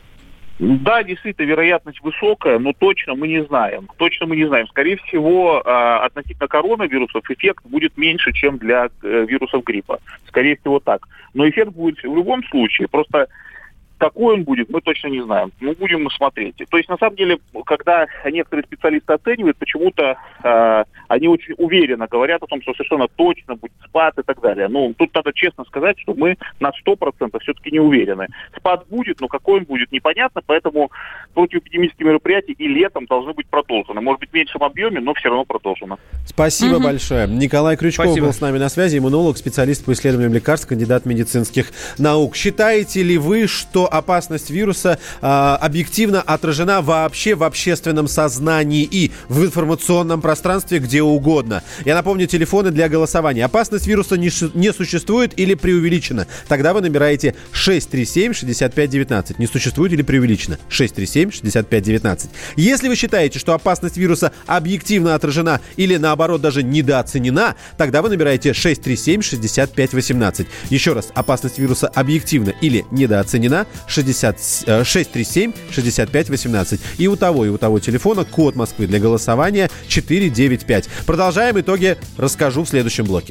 Да, действительно, вероятность высокая, но точно мы не знаем. Точно мы не знаем. Скорее всего, относительно коронавирусов эффект будет меньше, чем для вирусов гриппа. Скорее всего, так. Но эффект будет в любом случае. Просто какой он будет, мы точно не знаем. Мы будем смотреть. То есть, на самом деле, когда некоторые специалисты оценивают, почему-то э, они очень уверенно говорят о том, что совершенно точно будет спад и так далее. Ну, тут надо честно сказать, что мы на сто процентов все-таки не уверены. Спад будет, но какой он будет, непонятно, поэтому противоэпидемические мероприятия и летом должны быть продолжены. Может быть, в меньшем объеме, но все равно продолжено. Спасибо угу. большое. Николай Крючков Спасибо. был с нами на связи, иммунолог, специалист по исследованиям лекарств, кандидат медицинских наук. Считаете ли вы, что опасность вируса э, объективно отражена вообще в общественном сознании и в информационном пространстве где угодно? Я напомню, телефоны для голосования. Опасность вируса не, ш- не существует или преувеличена? Тогда вы набираете шесть три семь шестьдесят пять девятнадцать. Не существует или преувеличена? шесть три семь шестьдесят пять девятнадцать. Если вы считаете, что опасность вируса объективно отражена или наоборот даже недооценена, тогда вы набираете шесть три семь шестьдесят пять восемнадцать. Еще раз, опасность вируса объективна или недооценена, шестьдесят шесть три семь шестьдесят пять восемнадцать. И у того, и у того телефона код Москвы для голосования четыре девять пять. Продолжаем. Итоги расскажу в следующем блоке.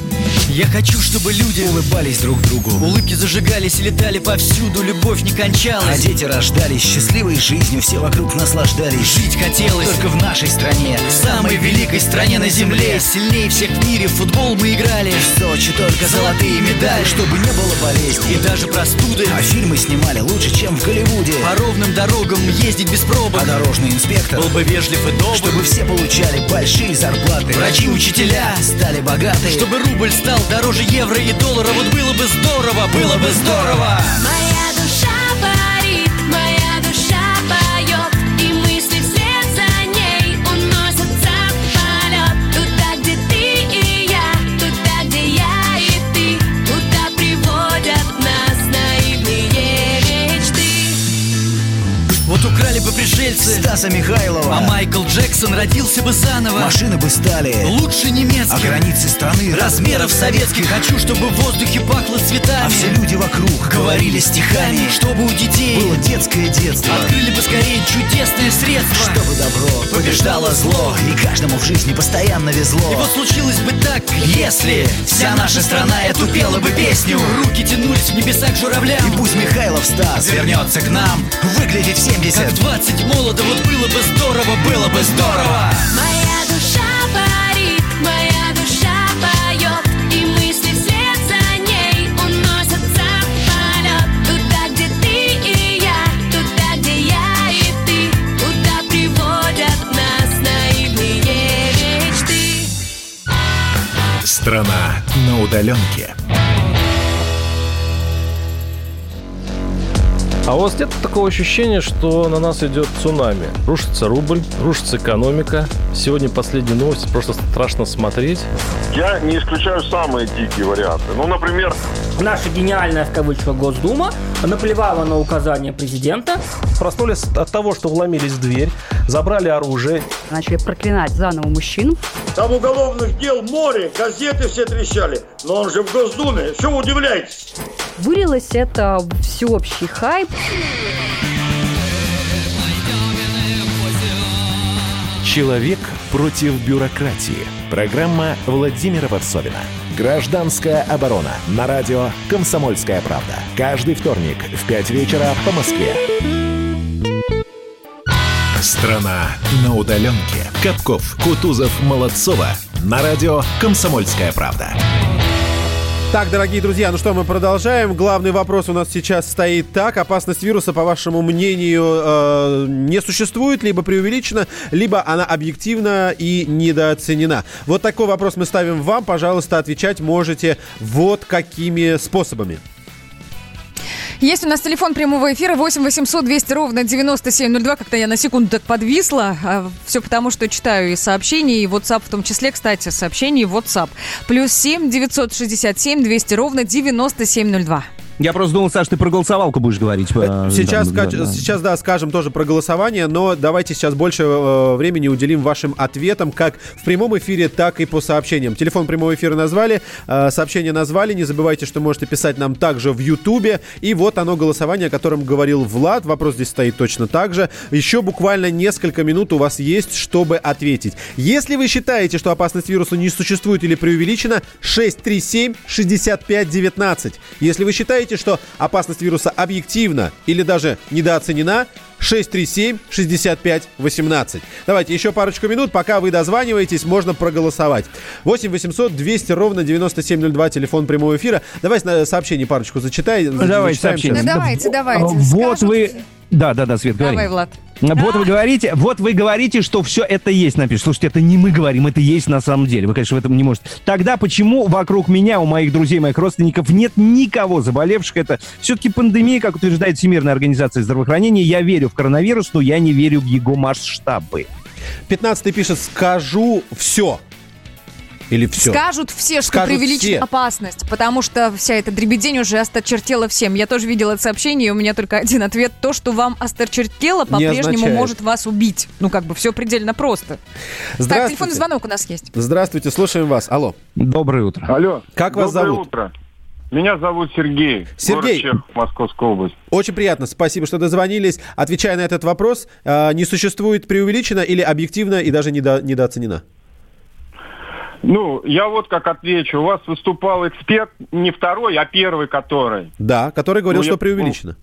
Я хочу, чтобы люди улыбались друг другу, улыбки зажигались и летали повсюду, любовь не кончалась, а дети рождались счастливой жизнью, все вокруг наслаждались. Жить хотелось только в нашей стране, в самой великой стране на земле. Сильнее всех в мире в футбол мы играли, в Сочи только золотые медали, чтобы не было болезней и даже простуды. А фильмы снимали лучше, чем в Голливуде. По ровным дорогам ездить без пробок, а дорожный инспектор был бы вежлив и добр, чтобы все получали большие зарплаты. Врачи, учителя стали богаты, чтобы рубль стал дороже евро и доллара. Вот было бы здорово, было бы здорово. Моя душа парит, моя душа поет, и мысли вслед за ней уносятся в поля. Стаса Михайлова. А Майкл Джексон родился бы заново. Машины бы стали лучше немецких. А границы страны размеров советских. Хочу, чтобы в воздухе пахло цветами. А все люди вокруг говорили стихами. Чтобы у детей было детское детство. Открыли бы скорее чудесное средство. Чтобы добро побеждало зло. И каждому в жизни постоянно везло. И вот случилось бы так, если вся наша страна эту пела бы песню. Руки тянулись в небеса к журавлям. И пусть Михайлов Стас вернется к нам, выглядит семьдесят. Как двадцать молодо, вот было бы здорово, было бы здорово. Моя душа парит, моя душа поет, и мысли вслед за ней уносятся в полет. Туда, где ты и я, туда, где я и ты, куда приводят нас наивные мечты. Страна на удаленке. А у вас нет такого ощущения, что на нас идет цунами? Рушится рубль, рушится экономика. Сегодня последние новости, просто страшно смотреть. Я не исключаю самые дикие варианты. Ну, например... Наша гениальная, в кавычках, Госдума наплевала на указания президента. Проснулись от того, что вломились в дверь, забрали оружие. Начали проклинать заново мужчин. Там уголовных дел море, газеты все трещали. Но он же в Госдуме, что вы удивляетесь? Вылилось это в всеобщий хайп. Человек против бюрократии. Программа Владимира Варсовина. Гражданская оборона. На радио «Комсомольская правда». Каждый вторник в пять вечера по Москве. Страна на удаленке. Капков, Кутузов, Молодцова. На радио «Комсомольская правда». Так, дорогие друзья, ну что, мы продолжаем. Главный вопрос у нас сейчас стоит так. Опасность вируса, по вашему мнению, э, не существует, либо преувеличена, либо она объективна и недооценена. Вот такой вопрос мы ставим вам. Пожалуйста, отвечать можете вот какими способами. Есть у нас телефон прямого эфира восемь восемьсот двести ровно девяносто семь ноль два. Как-то я на секунду так подвисла. А, все потому, что читаю и сообщения, и WhatsApp в том числе, кстати, сообщения и WhatsApp. Плюс семь девятьсот шестьдесят семь двести ровно девяносто семь ноль два. Я просто думал, Саш, ты про голосовалку будешь говорить. Сейчас, да, ска- да, да. сейчас, да, скажем тоже про голосование, но давайте сейчас больше э, времени уделим вашим ответам, как в прямом эфире, так и по сообщениям. Телефон прямого эфира назвали, э, сообщение назвали. Не забывайте, что можете писать нам также в Ютубе. И вот оно, голосование, о котором говорил Влад. Вопрос здесь стоит точно так же. Еще буквально несколько минут у вас есть, чтобы ответить. Если вы считаете, что опасность вируса не существует или преувеличена, шесть три семь шестьдесят пять девятнадцать. Если вы считаете, что опасность вируса объективна или даже недооценена, шесть три семь шестьдесят пять восемнадцать. Давайте еще парочку минут, пока вы дозваниваетесь, можно проголосовать. восемь восемьсот двести ровно девяносто семь ноль два, телефон прямого эфира. Давайте сообщение парочку зачитай. Давайте сообщение. Ну, давайте, давайте. Вот Скажут. вы... Да, да, да, Свет, говори. Давай, Влад. Вот вы говорите, вот вы говорите, что все это есть, напишите. Слушайте, это не мы говорим, это есть на самом деле. Вы, конечно, в этом не можете. Тогда почему вокруг меня, у моих друзей, моих родственников нет никого заболевших? Это все-таки пандемия, как утверждает Всемирная организация здравоохранения. Я верю в коронавирус, но я не верю в его масштабы. пятнадцатый пишет: скажу все. Или все? Скажут все, что Скажут преувеличена все. опасность, потому что вся эта дребедень уже осточертела всем. Я тоже видела это сообщение, и у меня только один ответ. То, что вам осточертело, по-прежнему означает. может вас убить. Ну, как бы все предельно просто. Так, телефонный звонок у нас есть. Здравствуйте, слушаем вас. Алло. Доброе утро. Алло. Как вас Доброе зовут? утро. Меня зовут Сергей. Сергей. Город Чехов, Московская область. Очень приятно, спасибо, что дозвонились. Отвечая на этот вопрос, э, не существует преувеличена или объективно и даже недо, недооценена? Ну, я вот как отвечу. У вас выступал эксперт, не второй, а первый, который. Да, который говорил, Ну, что я- преувеличено.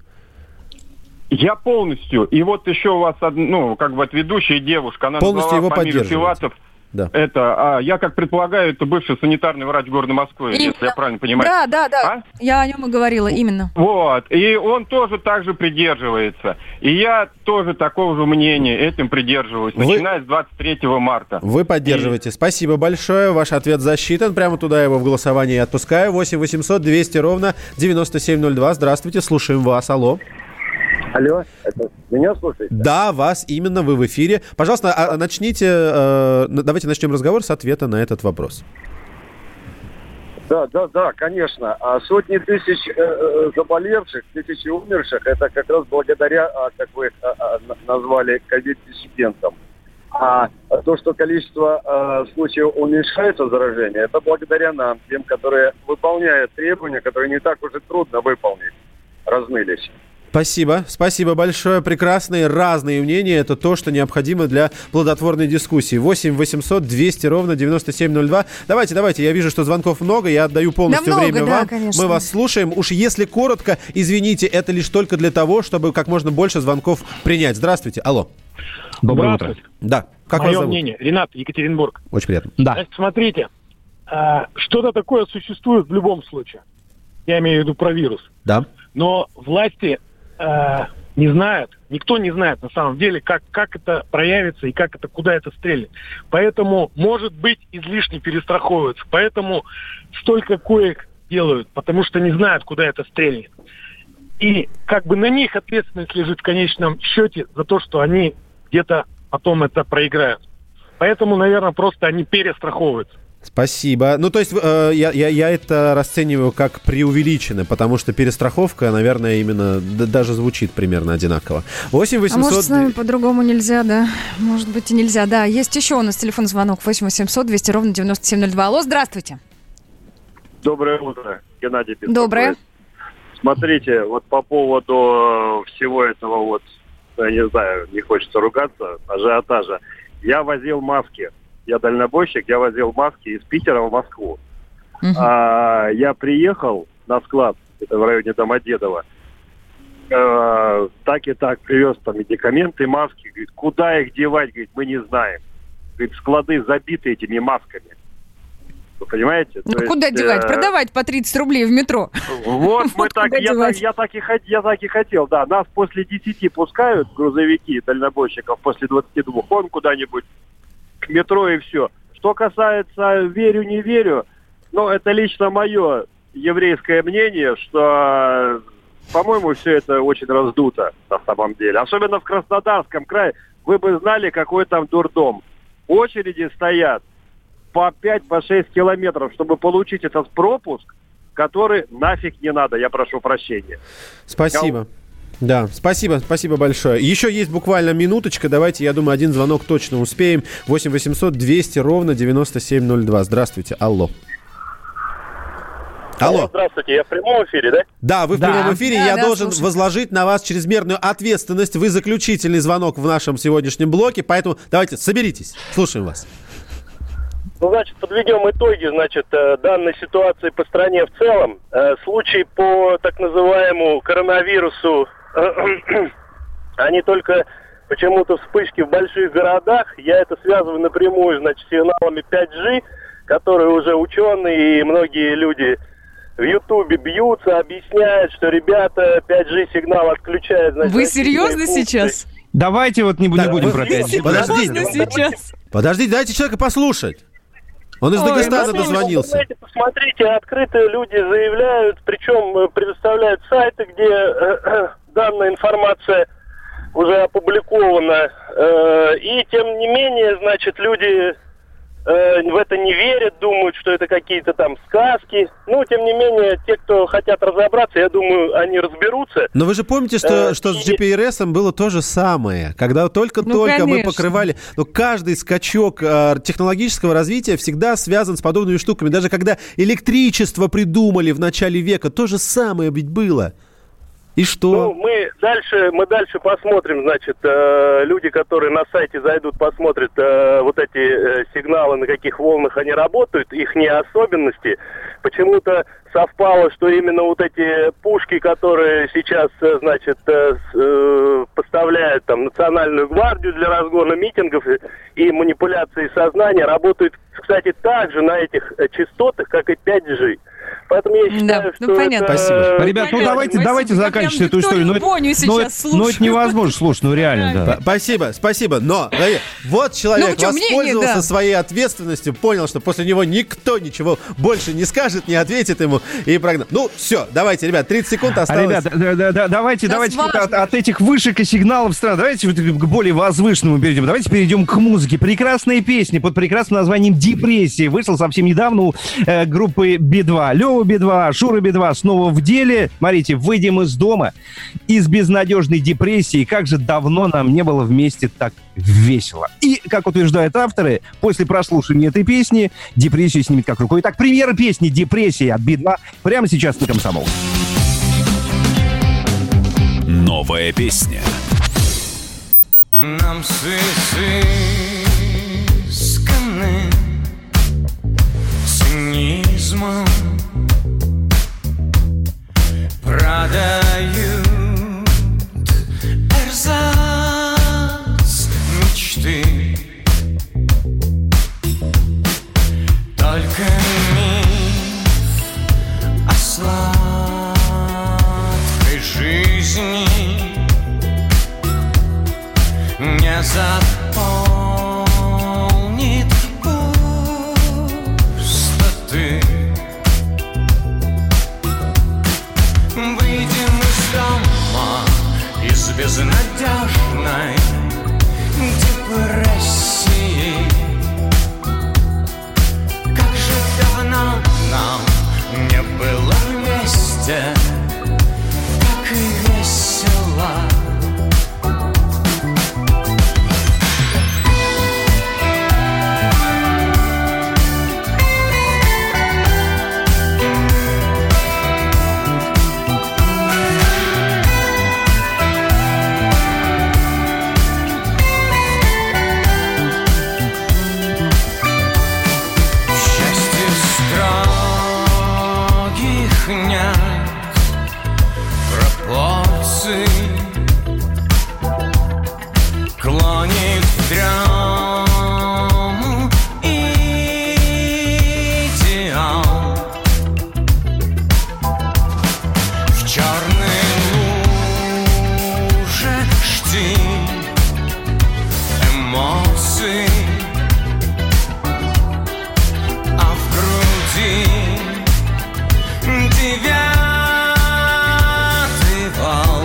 Я полностью. И вот еще у вас, од- ну, как бы от ведущая девушка, она Полностью назвала его фамилию поддерживаете. Филатов. Да. Это, а, я как предполагаю, это бывший санитарный врач города Москвы, Именно. если я правильно понимаю. Да, да, да. А? Я о нем и говорила, именно. Вот, и он тоже так же придерживается. И я тоже такого же мнения, этим придерживаюсь, Вы- начиная с двадцать третьего марта. Вы поддерживаете. Спасибо большое. Ваш ответ засчитан. Прямо туда его в голосовании отпускаю. восемь восемьсот двести ровно девяносто семь ноль два. Здравствуйте, слушаем вас. Алло. Алло, это меня слушаете? Да, вас именно, вы в эфире. Пожалуйста, а- начните, э, давайте начнем разговор с ответа на этот вопрос. Да, да, да, конечно. А сотни тысяч э, заболевших, тысячи умерших, это как раз благодаря, а, как вы а, назвали, ковид-диссидентам. А то, что количество э, случаев уменьшается заражения, это благодаря нам, тем, которые выполняют требования, которые не так уж и трудно выполнить, размылись. Спасибо, спасибо большое. Прекрасные разные мнения. Это то, что необходимо для плодотворной дискуссии. восемь восемьсот двести ровно девяносто семь ноль два. Давайте, давайте. Я вижу, что звонков много. Я отдаю полностью да много, время да, вам. конечно. Мы вас слушаем. Уж если коротко, извините, это лишь только для того, чтобы как можно больше звонков принять. Здравствуйте. Алло. Доброе утро. Да. Как Мое вас зовут? мнение. Ренат, Екатеринбург. Очень приятно. Да. Значит, смотрите. Э, что-то такое существует в любом случае. Я имею в виду про вирус. Да. Но власти э, не знают, никто не знает на самом деле, как, как это проявится и как это, куда это стрельнет. Поэтому, может быть, излишне перестраховываются. Поэтому столько коек делают, потому что не знают, куда это стрельнет. И как бы на них ответственность лежит в конечном счете за то, что они где-то потом это проиграют. Поэтому, наверное, просто они перестраховываются. Спасибо. Ну, то есть э, я, я, я это расцениваю как преувеличенно, потому что перестраховка, наверное, именно д- даже звучит примерно одинаково. восемь восемьсот... А может, с нами по-другому нельзя, да? Может быть, и нельзя, да. Есть еще у нас телефон звонок восемь восемьсот двести ровно девяносто семь ноль два. Алло, здравствуйте. Доброе утро, Геннадий беспокоит. Доброе. Смотрите, вот по поводу всего этого вот, я не знаю, не хочется ругаться, ажиотажа. Я возил маски. Я дальнобойщик, я возил маски из Питера в Москву. Uh-huh. А, я приехал на склад, это в районе Домодедово, э, так и так привез там медикаменты, маски. Говорит, куда их девать, говорит, мы не знаем. Говорит, склады забиты этими масками. Вы понимаете? Ну, То куда есть, девать? Э, Продавать по тридцать рублей в метро. Вот мы так, я так, я так и хот- я так и хотел, да. Нас после десяти пускают грузовики дальнобойщиков, после двадцати двух он куда-нибудь к метро и все. Что касается верю, не верю, ну, это лично мое еврейское мнение, что, по-моему, все это очень раздуто на самом деле. Особенно в Краснодарском крае. Вы бы знали, какой там дурдом. Очереди стоят по пять, по шесть километров, чтобы получить этот пропуск, который нафиг не надо, я прошу прощения. Спасибо. Да, спасибо, спасибо большое. Еще есть буквально минуточка. Давайте, я думаю, один звонок точно успеем. восемь восемьсот двести ровно девяносто семь ноль два. Здравствуйте. Алло. Алло. Здравствуйте, я в прямом эфире, да? Да, вы в да. прямом эфире. Да, я да, должен слушаю. возложить на вас чрезмерную ответственность. Вы заключительный звонок в нашем сегодняшнем блоке, поэтому давайте, соберитесь. Слушаем вас. Ну, значит, подведем итоги, значит, данной ситуации по стране в целом. Случаи по так называемому коронавирусу, они только почему-то вспышки в больших городах. Я это связываю напрямую, значит, с сигналами пять джи, которые уже ученые и многие люди в Ютубе бьются, объясняют, что, ребята, пять джи сигнал отключает. Значит, Вы серьезно сейчас? Давайте вот не, не Да, будем вы- про пять джи. Подождите. сейчас. Подождите, дайте человека послушать. Он из Ой, Дагестана ну, дозвонился. В интернете посмотрите, открыто люди заявляют, причем э, предоставляют сайты, где э, э, данная информация уже опубликована. Э, и тем не менее, значит, люди э, в это не верят, думают, что это какие-то там сказки. Ну, тем не менее, те, кто хотят разобраться, я думаю, они разберутся. Но вы же помните, что, Э, что с и- джи пи ар эс было то же самое. Когда только-только Ну, мы конечно. покрывали... Но каждый скачок э, технологического развития всегда связан с подобными штуками. Даже когда электричество придумали в начале века, то же самое ведь было. И что? Ну, мы дальше, мы дальше посмотрим, значит, э, люди, которые на сайте зайдут, посмотрят э, вот эти э, сигналы, на каких волнах они работают, их не особенности. Почему-то совпало, что именно вот эти пушки, которые сейчас, э, значит, э, с- э, поставляют там Национальную гвардию для разгона митингов и, и манипуляции сознания, работают, кстати, также на этих э, частотах, как и пять джи. Поэтому я считаю, Да, что ну понятно. это... Спасибо. Ребят, ну давайте, Спасибо. давайте Я заканчивать прям эту историю. Ну, Викторию Боню это, ну, сейчас это, ну, это слушаю. невозможно, слушай, ну реально, да. П- Спасибо, спасибо. Но, Давид, вот человек Ну, что, мнение, воспользовался да. своей ответственностью, понял, что после него никто ничего больше не скажет, не ответит ему и прогнал. Ну, все, давайте, ребят, тридцать секунд А, осталось. ребята, да, да, да, давайте, Сейчас давайте важно. от, от этих вышекосигналов стран, давайте вот к более возвышенному перейдем. Давайте перейдем к музыке. Прекрасная песня под прекрасным названием «Депрессия» вышла совсем недавно у э, группы би два. Лёва би два, Шура би два снова в деле. Смотрите, выйдем из дома, из безнадежной депрессии. Как же давно нам не было вместе так весело. И, как утверждают авторы, после прослушивания этой песни депрессию снимет как рукой. Итак, премьера песни «Депрессия» от би два прямо сейчас на «Комсомол». Новая песня. Нам с изысканным цинизмом продают эрзац мечты. Только миф о сладкой жизни не заполнит пустоты. Выйдем из дома, из безнадежной депрессии. Как же давно нам не было вместе, так и весело. Клонит в дрему идеал. В черной луже жди эмоций, а в груди девятый вал.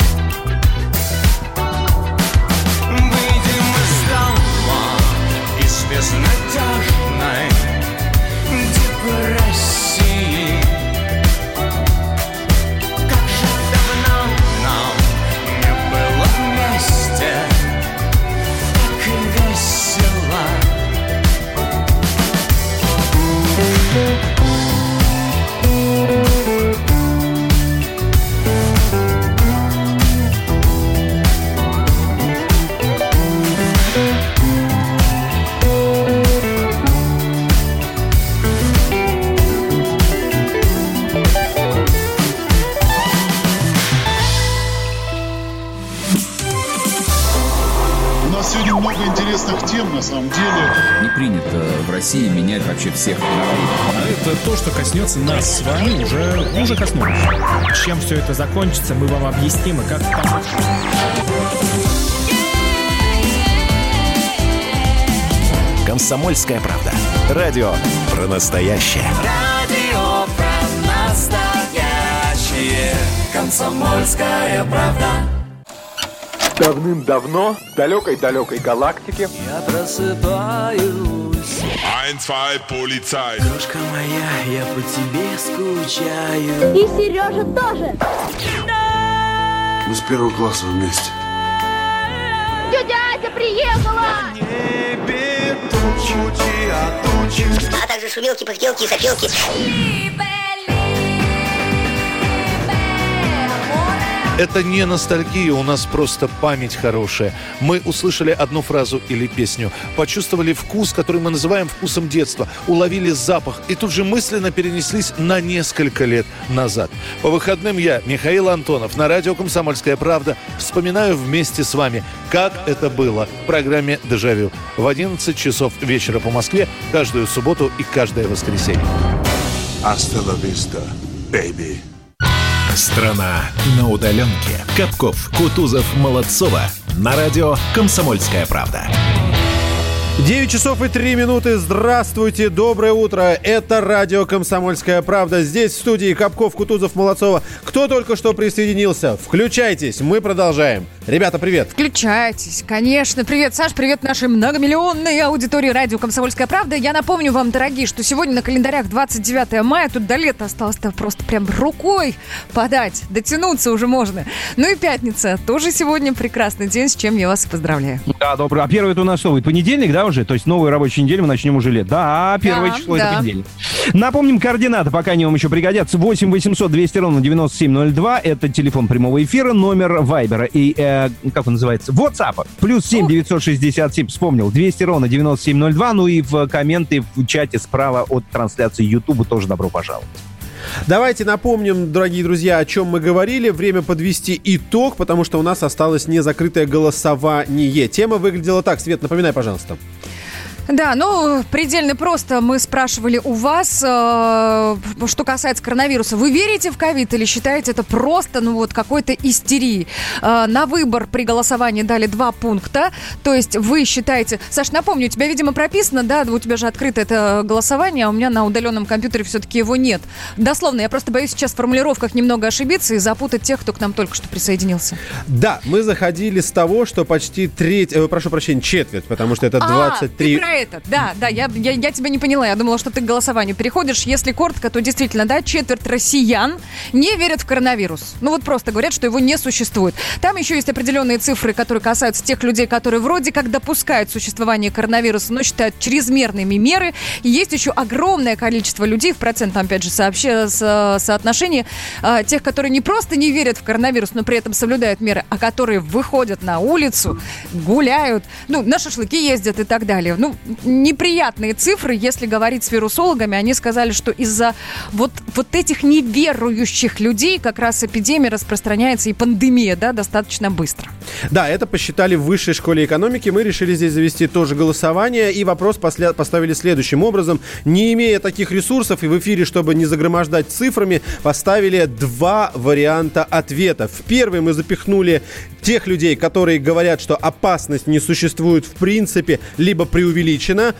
Безнадежной депрессии. Как же давно нам не было вместе, так и весело. У нас сегодня много интересных тем, на самом деле. Не принято в России менять вообще всех правил. А это то, что коснется нас с вами, уже, уже коснулось. Чем все это закончится, мы вам объясним и как помочь. «Комсомольская правда». Радио про настоящее. Радио про настоящее. «Комсомольская правда». Давным-давно в далекой-далекой галактике Я просыпаюсь. Ein, zwei, полицай. Крошка моя, я по тебе скучаю. И Сережа тоже. Мы с первого класса вместе. Тетя Ася приехала! Небе тучи, а тучи. А также шумелки, пыхтелки и сопелки. Это не ностальгия, у нас просто память хорошая. Мы услышали одну фразу или песню, почувствовали вкус, который мы называем вкусом детства, уловили запах и тут же мысленно перенеслись на несколько лет назад. По выходным я, Михаил Антонов, на радио «Комсомольская правда» вспоминаю вместе с вами, как это было в программе «Дежавю» в одиннадцать часов вечера по Москве каждую субботу и каждое воскресенье. Hasta la vista, baby. Страна на удаленке. Капков, Кутузов, Молодцова. На радио «Комсомольская правда». девять часов и три минуты. Здравствуйте, доброе утро. Это радио «Комсомольская правда». Здесь в студии Капков, Кутузов, Молодцова. Кто только что присоединился, включайтесь, мы продолжаем. Ребята, привет. Включайтесь, конечно. Привет, Саш, привет нашей многомиллионной аудитории радио «Комсомольская правда». Я напомню вам, дорогие, что сегодня на календарях двадцать девятое мая. Тут до лета осталось-то просто прям рукой подать. Дотянуться уже можно. Ну и пятница. Тоже сегодня прекрасный день, с чем я вас и поздравляю. Да, добрый. А первый это у нас что будет? Понедельник, да, уже? То есть новую рабочую неделю мы начнем уже лет. Да, первое да, число да. это понедельник. Напомним координаты, пока они вам еще пригодятся. восемь восемьсот двести ровно девяносто семь ноль два. Это телефон прямого эфира, номер Вайбера и, э, как он называется, WhatsApp. Плюс семь девятьсот шестьдесят семь, вспомнил, двести ровно девяносто семь ноль два. Ну и в комменты в чате справа от трансляции Ютуба тоже добро пожаловать. Давайте напомним, дорогие друзья, о чем мы говорили. Время подвести итог, потому что у нас осталось незакрытое голосование. Тема выглядела так. Свет, напоминай, пожалуйста. Да, ну, предельно просто мы спрашивали у вас, э, что касается коронавируса. Вы верите в ковид или считаете это просто, ну, вот, какой-то истерией? Э, на выбор при голосовании дали два пункта. То есть вы считаете... Саш, напомню, у тебя, видимо, прописано, да, у тебя же открыто это голосование, а у меня на удаленном компьютере все-таки его нет. Дословно, я просто боюсь сейчас в формулировках немного ошибиться и запутать тех, кто к нам только что присоединился. Да, мы заходили с того, что почти треть... Э, прошу прощения, четверть, потому что это двадцать три... А, это, да, да, я, я, я тебя не поняла. Я думала, что ты к голосованию переходишь. Если коротко, то действительно, да, четверть россиян не верят в коронавирус. Ну вот просто говорят, что его не существует. Там еще есть определенные цифры, которые касаются тех людей, которые вроде как допускают существование коронавируса, но считают чрезмерными меры. И есть еще огромное количество людей, в процентном, опять же, сообще, со, соотношении э, тех, которые не просто не верят в коронавирус, но при этом соблюдают меры, а которые выходят на улицу, гуляют, ну, на шашлыки ездят и так далее. Ну, неприятные цифры, если говорить с вирусологами. Они сказали, что из-за вот, вот этих неверующих людей как раз эпидемия распространяется и пандемия, да, достаточно быстро. Да, это посчитали в Высшей школе экономики. Мы решили здесь завести тоже голосование. И вопрос посля- поставили следующим образом. Не имея таких ресурсов и в эфире, чтобы не загромождать цифрами, поставили два варианта ответов. В первый мы запихнули тех людей, которые говорят, что опасность не существует в принципе, либо преувеличена.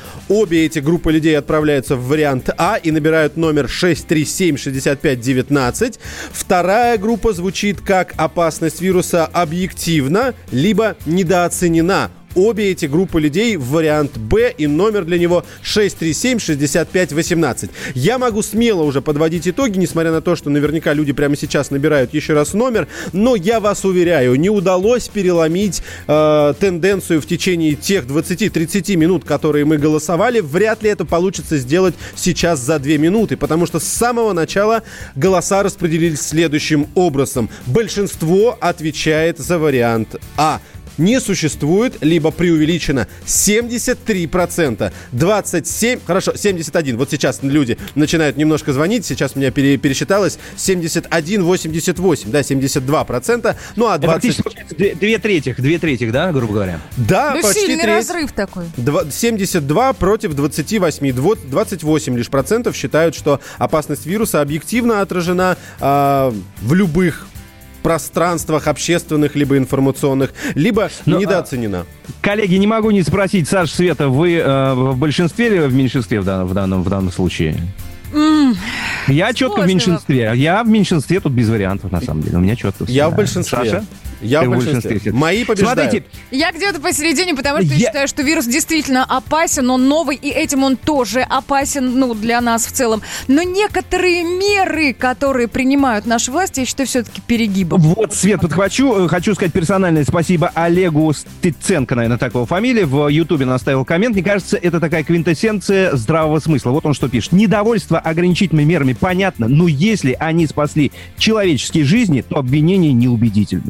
Обе эти группы людей отправляются в вариант А и набирают номер шесть три семь шесть пять один девять. Вторая группа звучит как «опасность вируса объективна, либо недооценена». Обе эти группы людей в вариант Б и номер для него шесть три семь шесть пять один восемь. Я могу смело уже подводить итоги, несмотря на то, что наверняка люди прямо сейчас набирают еще раз номер, но я вас уверяю, не удалось переломить э, тенденцию в течение тех двадцати-тридцати минут, которые мы голосовали. Вряд ли это получится сделать сейчас за две минуты, потому что с самого начала голоса распределились следующим образом. Большинство отвечает за вариант А. Не существует, либо преувеличено семьдесят три процента. двадцать семь, хорошо, семьдесят один. Вот сейчас люди начинают немножко звонить. Сейчас у меня пере, пересчиталось семьдесят один восемьдесят восемь, да, семьдесят два процента. Ну, а двадцать... две, две трети, две трети, да, грубо говоря? Да, ну, почти сильный треть. разрыв такой. семьдесят два против двадцати восьми. двадцать восемь лишь процентов считают, что опасность вируса объективно отражена э, в любых пространствах общественных, либо информационных, либо Но, недооценена. А, коллеги, не могу не спросить, Саша, Света, вы э, в большинстве или в меньшинстве в данном, в данном, в данном случае? Mm, я четко в меньшинстве. Вопрос. Я в меньшинстве, тут без вариантов, на самом деле. У меня четко. Я в большинстве. Саша? Я в большинстве. большинстве. Мои побеждают. Смотрите. Я где-то посередине, потому что я... я считаю, что вирус действительно опасен, он новый, и этим он тоже опасен, ну, для нас в целом. Но некоторые меры, которые принимают наши власти, я считаю, все-таки перегибом. Вот, Свет, подхвачу. Хочу сказать персональное спасибо Олегу Стыценко, наверное, так его фамилия, в Ютубе наставил коммент. Мне кажется, это такая квинтэссенция здравого смысла. Вот он что пишет. Недовольство ограничительными мерами понятно, но если они спасли человеческие жизни, то обвинения неубедительны.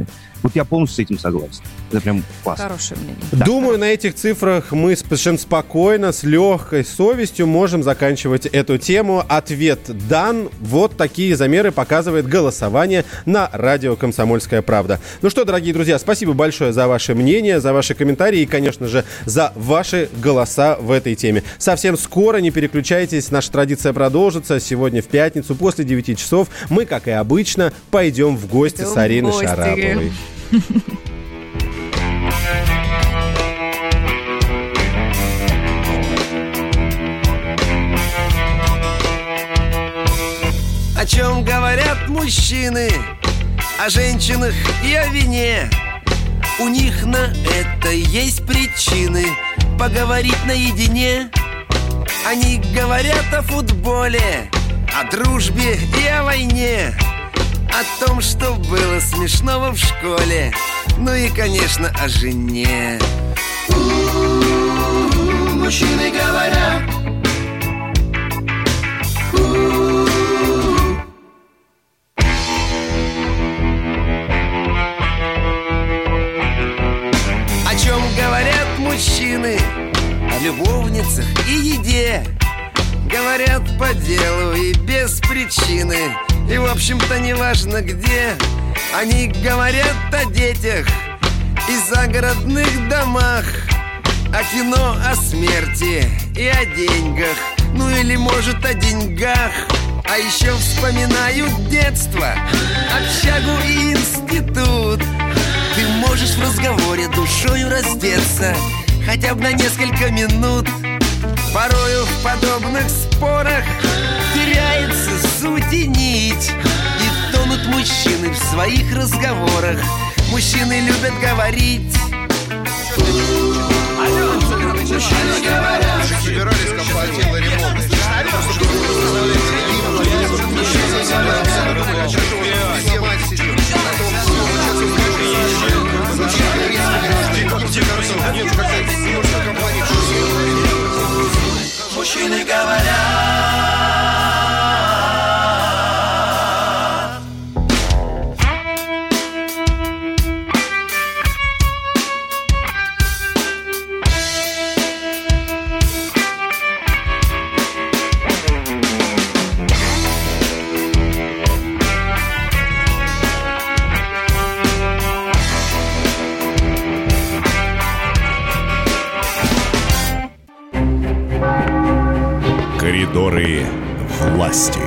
Вот я полностью с этим согласен. Это прям классно. Хорошее мнение. Да. Думаю, на этих цифрах мы совершенно спокойно, с легкой совестью можем заканчивать эту тему. Ответ дан. Вот такие замеры показывает голосование на радио «Комсомольская правда». Ну что, дорогие друзья, спасибо большое за ваше мнение, за ваши комментарии и, конечно же, за ваши голоса в этой теме. Совсем скоро, не переключайтесь, наша традиция продолжится. Сегодня в пятницу после девяти часов мы, как и обычно, пойдем в гости Пойдем с Ариной в гости. Шараповой. О чем говорят мужчины, о женщинах и о вине. У них на это есть причины поговорить наедине. Они говорят о футболе, о дружбе и о войне, о том, что было смешного в школе, ну и, конечно, о жене. У-у-у, мужчины говорят. У-у-у. О чем говорят мужчины? О любовницах и еде. Говорят по делу и без причины. И, в общем-то, неважно где. Они говорят о детях и загородных домах, о кино, о смерти и о деньгах. Ну или, может, о деньгах. А еще вспоминают детство, общагу и институт. Ты можешь в разговоре душою раздеться хотя бы на несколько минут. Порою в подобных спорах теряется суть и нить, и тонут мужчины в своих разговорах. Мужчины любят говорить. Мужчины говорят. Собирались композиторы ремонт. Мужчины говорят. Коридоры власти.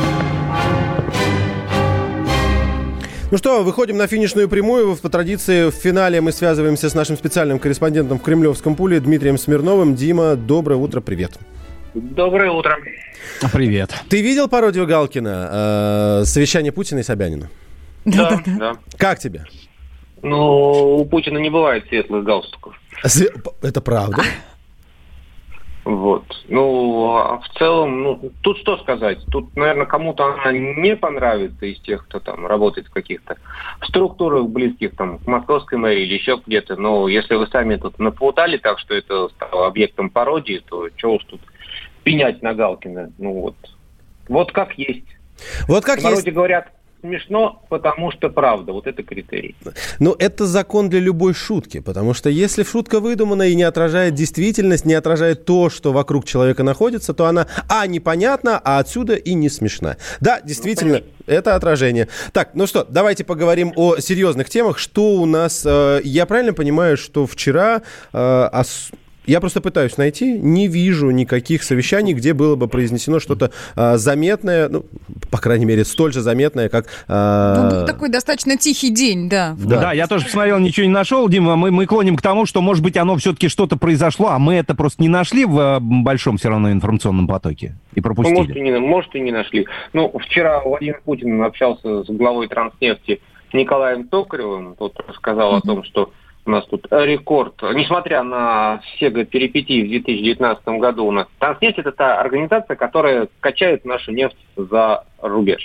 Ну что, выходим на финишную прямую. По традиции в финале мы связываемся с нашим специальным корреспондентом в Кремлевском пуле Дмитрием Смирновым. Дима, доброе утро, привет. Доброе утро. Привет. Ты видел пародию Галкина э, «Совещание Путина и Собянина»? Да, да, да. Как тебе? Ну, у Путина не бывает светлых галстуков. Это правда? Вот. Ну, а в целом, ну, тут что сказать? Тут, наверное, кому-то она не понравится из тех, кто там работает в каких-то структурах близких там к московской мэрии или еще где-то. Но если вы сами тут наплутали так, что это стало объектом пародии, то чего уж тут пенять на Галкина? Ну вот. Вот как есть. Вот как в народе есть. говорят, смешно, потому что правда. Вот это критерий. Ну, это закон для любой шутки, потому что если шутка выдумана и не отражает действительность, не отражает то, что вокруг человека находится, то она, а, непонятна, а отсюда и не смешна. Да, действительно, ну, это отражение. Так, ну что, давайте поговорим о серьезных темах. Что у нас... Э, я правильно понимаю, что вчера... Э, ос... Я просто пытаюсь найти, не вижу никаких совещаний, где было бы произнесено что-то э, заметное, ну, по крайней мере, столь же заметное, как... Э... Ну, такой достаточно тихий день, да. Да, да, я тоже посмотрел, ничего не нашел, Дима. Мы, мы клоним к тому, что, может быть, оно все-таки что-то произошло, а мы это просто не нашли в большом все равно информационном потоке и пропустили. Ну, может, и не, может, и не нашли. Ну, вчера Владимир Путин общался с главой Транснефти Николаем Токаревым. Тот рассказал mm-hmm. о том, что у нас тут рекорд. Несмотря на все перипетии в две тысячи девятнадцатом году, у нас Транснефть — это та организация, которая качает нашу нефть за рубеж.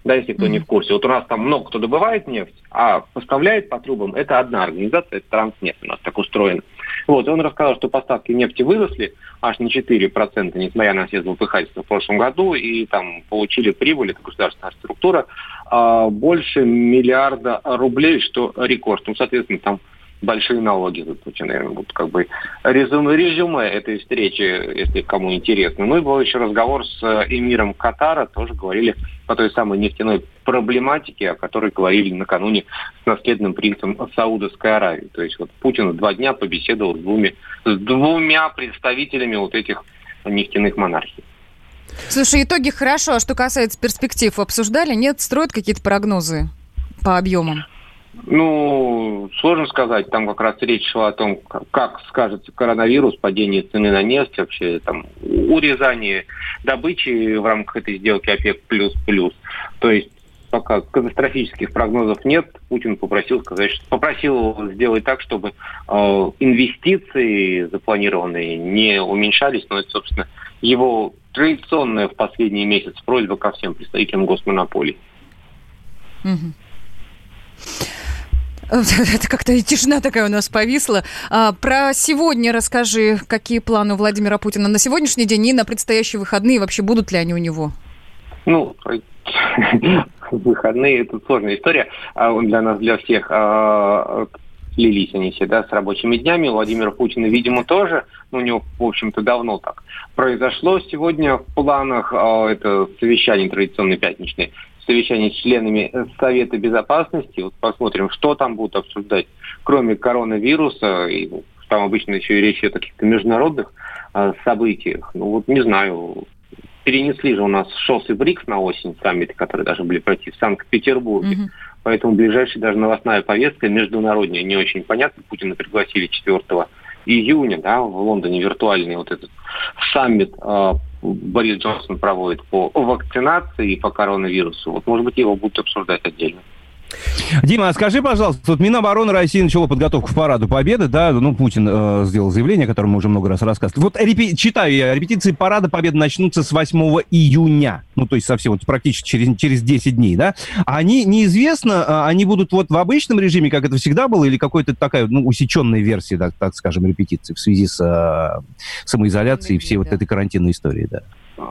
да, если кто Mm-hmm. не в курсе. Вот у нас там много кто добывает нефть, а поставляет по трубам это одна организация, это Транснефть, у нас так устроено. Вот, и он рассказал, что поставки нефти выросли аж на четыре процента, несмотря на все злопыхательства в прошлом году, и там получили прибыль, это государственная структура, а, больше миллиарда рублей, что рекорд. Ну, соответственно, там большие налоги заплачены, наверное, будут как бы резюме, резюме этой встречи, если кому интересно. Ну и был еще разговор с эмиром Катара, тоже говорили по той самой нефтяной проблематике, о которой говорили накануне с наследным принцем Саудовской Аравии. То есть вот Путин два дня побеседовал с двумя, с двумя представителями вот этих нефтяных монархий. Слушай, итоги хорошо, а что касается перспектив, обсуждали? Нет, строят какие-то прогнозы по объемам? Ну, сложно сказать. Там как раз речь шла о том, как скажется коронавирус, падение цены на нефть, вообще там урезание добычи в рамках этой сделки ОПЕК плюс-плюс. То есть пока катастрофических прогнозов нет, Путин попросил сказать, что попросил сделать так, чтобы э, инвестиции запланированные не уменьшались, но это, собственно, его традиционная в последние месяцы просьба ко всем представителям госмонополий. Угу. Это как-то тишина такая у нас повисла. А, про сегодня расскажи, какие планы у Владимира Путина на сегодняшний день и на предстоящие выходные, вообще будут ли они у него? Ну, выходные – это сложная история для нас, для всех. Слились они все, да, с рабочими днями. У Владимира Путина, видимо, тоже. Ну, у него, в общем-то, давно так произошло. Сегодня в планах это совещание традиционное пятничное, совещание с членами Совета Безопасности. Вот посмотрим, что там будут обсуждать, кроме коронавируса. И там обычно еще и речь идет о каких-то международных а, событиях. Ну вот не знаю. Перенесли же у нас ШОС и БРИКС на осень, саммиты, которые должны были пройти в Санкт-Петербурге. Mm-hmm. Поэтому ближайшая даже новостная повестка международная не очень понятна. Путина пригласили четвёртого июня, да, в Лондоне виртуальный вот этот саммит э, Борис Джонсон проводит по вакцинации и по коронавирусу. Вот, может быть, его будут обсуждать отдельно. Дима, а скажи, пожалуйста, вот Минобороны России начало подготовку к параду Победы, да, ну, Путин э, сделал заявление, о котором мы уже много раз рассказывали. Вот репи- читаю я, репетиции парада Победы начнутся с восьмого июня, ну, то есть совсем вот практически через, через десять дней, да. А они, неизвестно, они будут вот в обычном режиме, как это всегда было, или какой-то такая, ну, усеченная версия, так, так скажем, репетиции в связи с э, самоизоляцией и всей вот этой карантинной историей, да?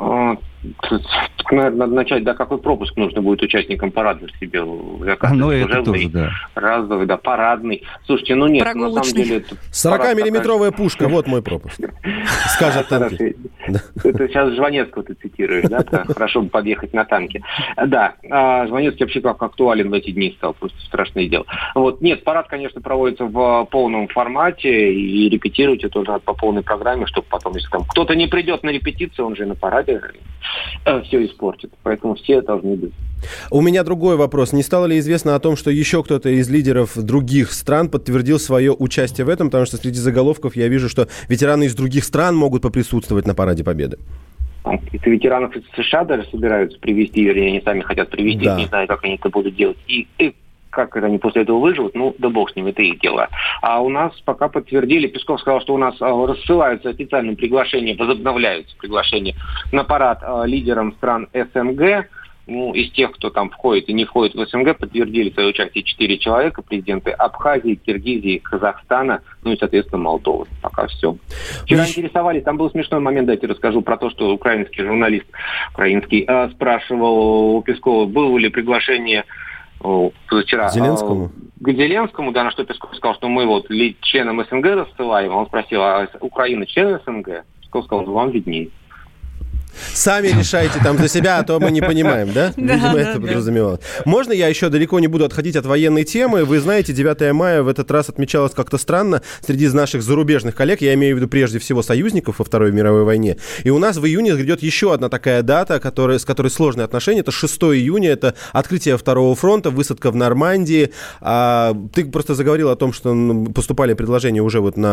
Наверное, надо начать, да, какой пропуск нужно будет участникам парада себе заказать. Ну, это тоже, да. Разовый, да, парадный. Слушайте, ну нет, на самом деле... сорокамиллиметровая пушка, вот мой пропуск. Скажет танки. Это сейчас Жванецкого ты цитируешь, да? Хорошо бы подъехать на танке. Да, Жванецкий вообще как актуален в эти дни стал, просто страшное дело. Вот, нет, парад, конечно, проводится в полном формате, и репетировать это уже по полной программе, чтобы потом, если там кто-то не придет на репетицию, он же на параде все испортит. Поэтому все должны быть. У меня другой вопрос. Не стало ли известно о том, что еще кто-то из лидеров других стран подтвердил свое участие в этом? Потому что среди заголовков я вижу, что ветераны из других стран могут поприсутствовать на Параде Победы. Каких-то ветеранов из США даже собираются привезти, вернее, они сами хотят привезти, да. Не знаю, как они это будут делать. И, и как это они после этого выживут, ну, да бог с ним, это их дело. А у нас пока подтвердили, Песков сказал, что у нас а, рассылаются официальные приглашения, возобновляются приглашения на парад а, лидерам стран СНГ. Ну, из тех, кто там входит и не входит в СНГ, подтвердили свое участие четыре человека, президенты Абхазии, Киргизии, Казахстана, ну и, соответственно, Молдовы. Пока все. Вчера интересовались, там был смешной момент, дайте расскажу про то, что украинский журналист, украинский, э, спрашивал у Пескова, было ли приглашение вчера Зеленскому? К Зеленскому, да, на что Песков сказал, что мы вот членам СНГ рассылаем. Он спросил, а Украина член СНГ? Песков сказал, вам виднее. Сами решайте там за себя, а то мы не понимаем, да? Видимо, это подразумевалось. Можно я еще далеко не буду отходить от военной темы? Вы знаете, девятое мая в этот раз отмечалось как-то странно среди наших зарубежных коллег. Я имею в виду прежде всего союзников во Второй мировой войне. И у нас в июне грядет еще одна такая дата, которая, с которой сложные отношения. Это шестого июня, это открытие Второго фронта, высадка в Нормандии. А, ты просто заговорил о том, что поступали предложения уже вот на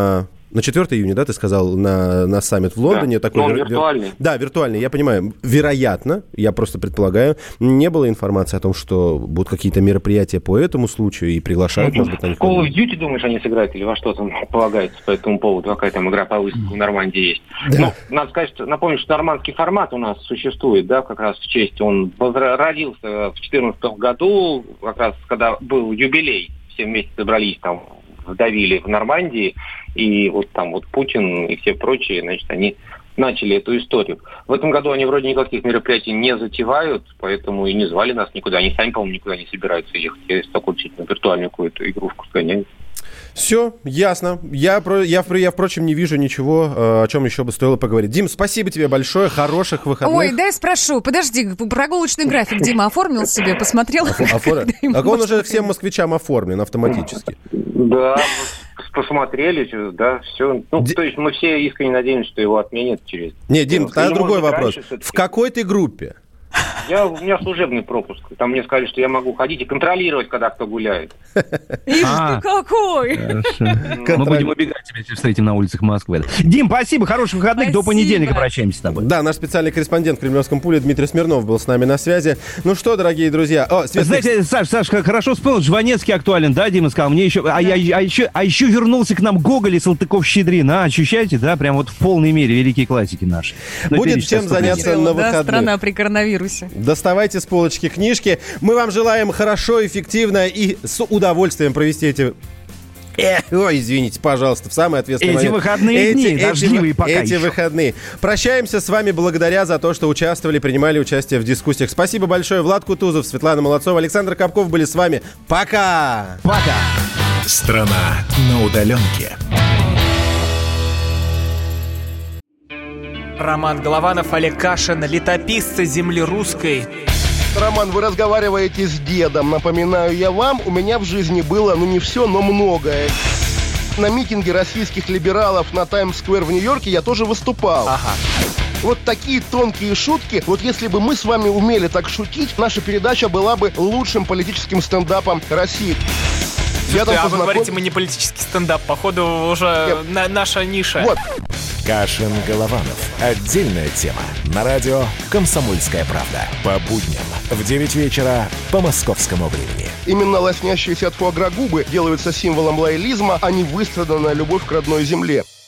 На четвёртого июня, да, ты сказал, на, на саммит в Лондоне. Да, такой но он вир... виртуальный. Да, виртуальный, я понимаю. Вероятно, я просто предполагаю, не было информации о том, что будут какие-то мероприятия по этому случаю и приглашают, может быть, на них. В Call of Duty, думаешь, они сыграют или во что там полагается по этому поводу? Какая там игра по выставке в Нормандии есть? Да. Ну, надо сказать, что, напомнить, что нормандский формат у нас существует, да, как раз в честь. Он родился в две тысячи четырнадцатом году, как раз когда был юбилей. Все вместе собрались там, вдавили в Нормандии, и вот там вот Путин и все прочие, значит, они начали эту историю. В этом году они вроде никаких мероприятий не затевают, поэтому и не звали нас никуда. Они сами, по-моему, никуда не собираются ехать. Я такую действительно виртуальную какую-то игрушку сгоняю. Все, ясно. Я, я, я, впрочем, не вижу ничего, о чем еще бы стоило поговорить. Дим, спасибо тебе большое, хороших выходных. Ой, дай спрошу, подожди, прогулочный график Дима оформил себе, посмотрел? Так он уже всем москвичам оформлен автоматически. Да, посмотрели, да, все. Ну, то есть мы все искренне надеемся, что его отменят через... Не, Дим, тогда другой вопрос. В какой ты группе? Я, у меня служебный пропуск. Там мне сказали, что я могу ходить и контролировать, когда кто гуляет. Ишь ты какой! Мы будем убегать тебя, если встретим на улицах Москвы. Дим, спасибо, хороших выходных. До понедельника прощаемся с тобой. Да, наш специальный корреспондент в Кремлевском пуле Дмитрий Смирнов был с нами на связи. Ну что, дорогие друзья... О, Свет... Знаете, Саш, Саш, хорошо вспомнил, Жванецкий актуален, да, Дима сказал? Мне еще... А, я, а, еще, а еще вернулся к нам Гоголь и Салтыков-Щедрин. А, ощущаете, да? Прям вот в полной мере великие классики наши. Но будет чем заняться на выходных. Да, страна при коронавирусе. Доставайте с полочки книжки. Мы вам желаем хорошо, эффективно и с удовольствием провести эти... Э, ой, извините, пожалуйста, в самый ответственный эти момент. Выходные эти, дни, эти, дождливые пока Эти еще. выходные. Прощаемся с вами благодаря за то, что участвовали, принимали участие в дискуссиях. Спасибо большое. Влад Кутузов, Светлана Молодцова, Александр Капков были с вами. Пока! Пока! Страна на удаленке. Роман Голованов, Олег Кашин, летописцы земли русской. Роман, вы разговариваете с дедом. Напоминаю я вам, у меня в жизни было, ну не все, но многое. На митинге российских либералов на Таймс-сквер в Нью-Йорке я тоже выступал. Ага. Вот такие тонкие шутки. Вот если бы мы с вами умели так шутить, наша передача была бы лучшим политическим стендапом России. Я там а познаком... вы говорите, мы не политический стендап. Походу, уже на, наша ниша. Вот. Кашин, Голованов. Отдельная тема. На радио «Комсомольская правда». По будням в девять вечера по московскому времени. Именно лоснящиеся от фуагра губы делаются символом лоялизма, а не выстраданная любовь к родной земле.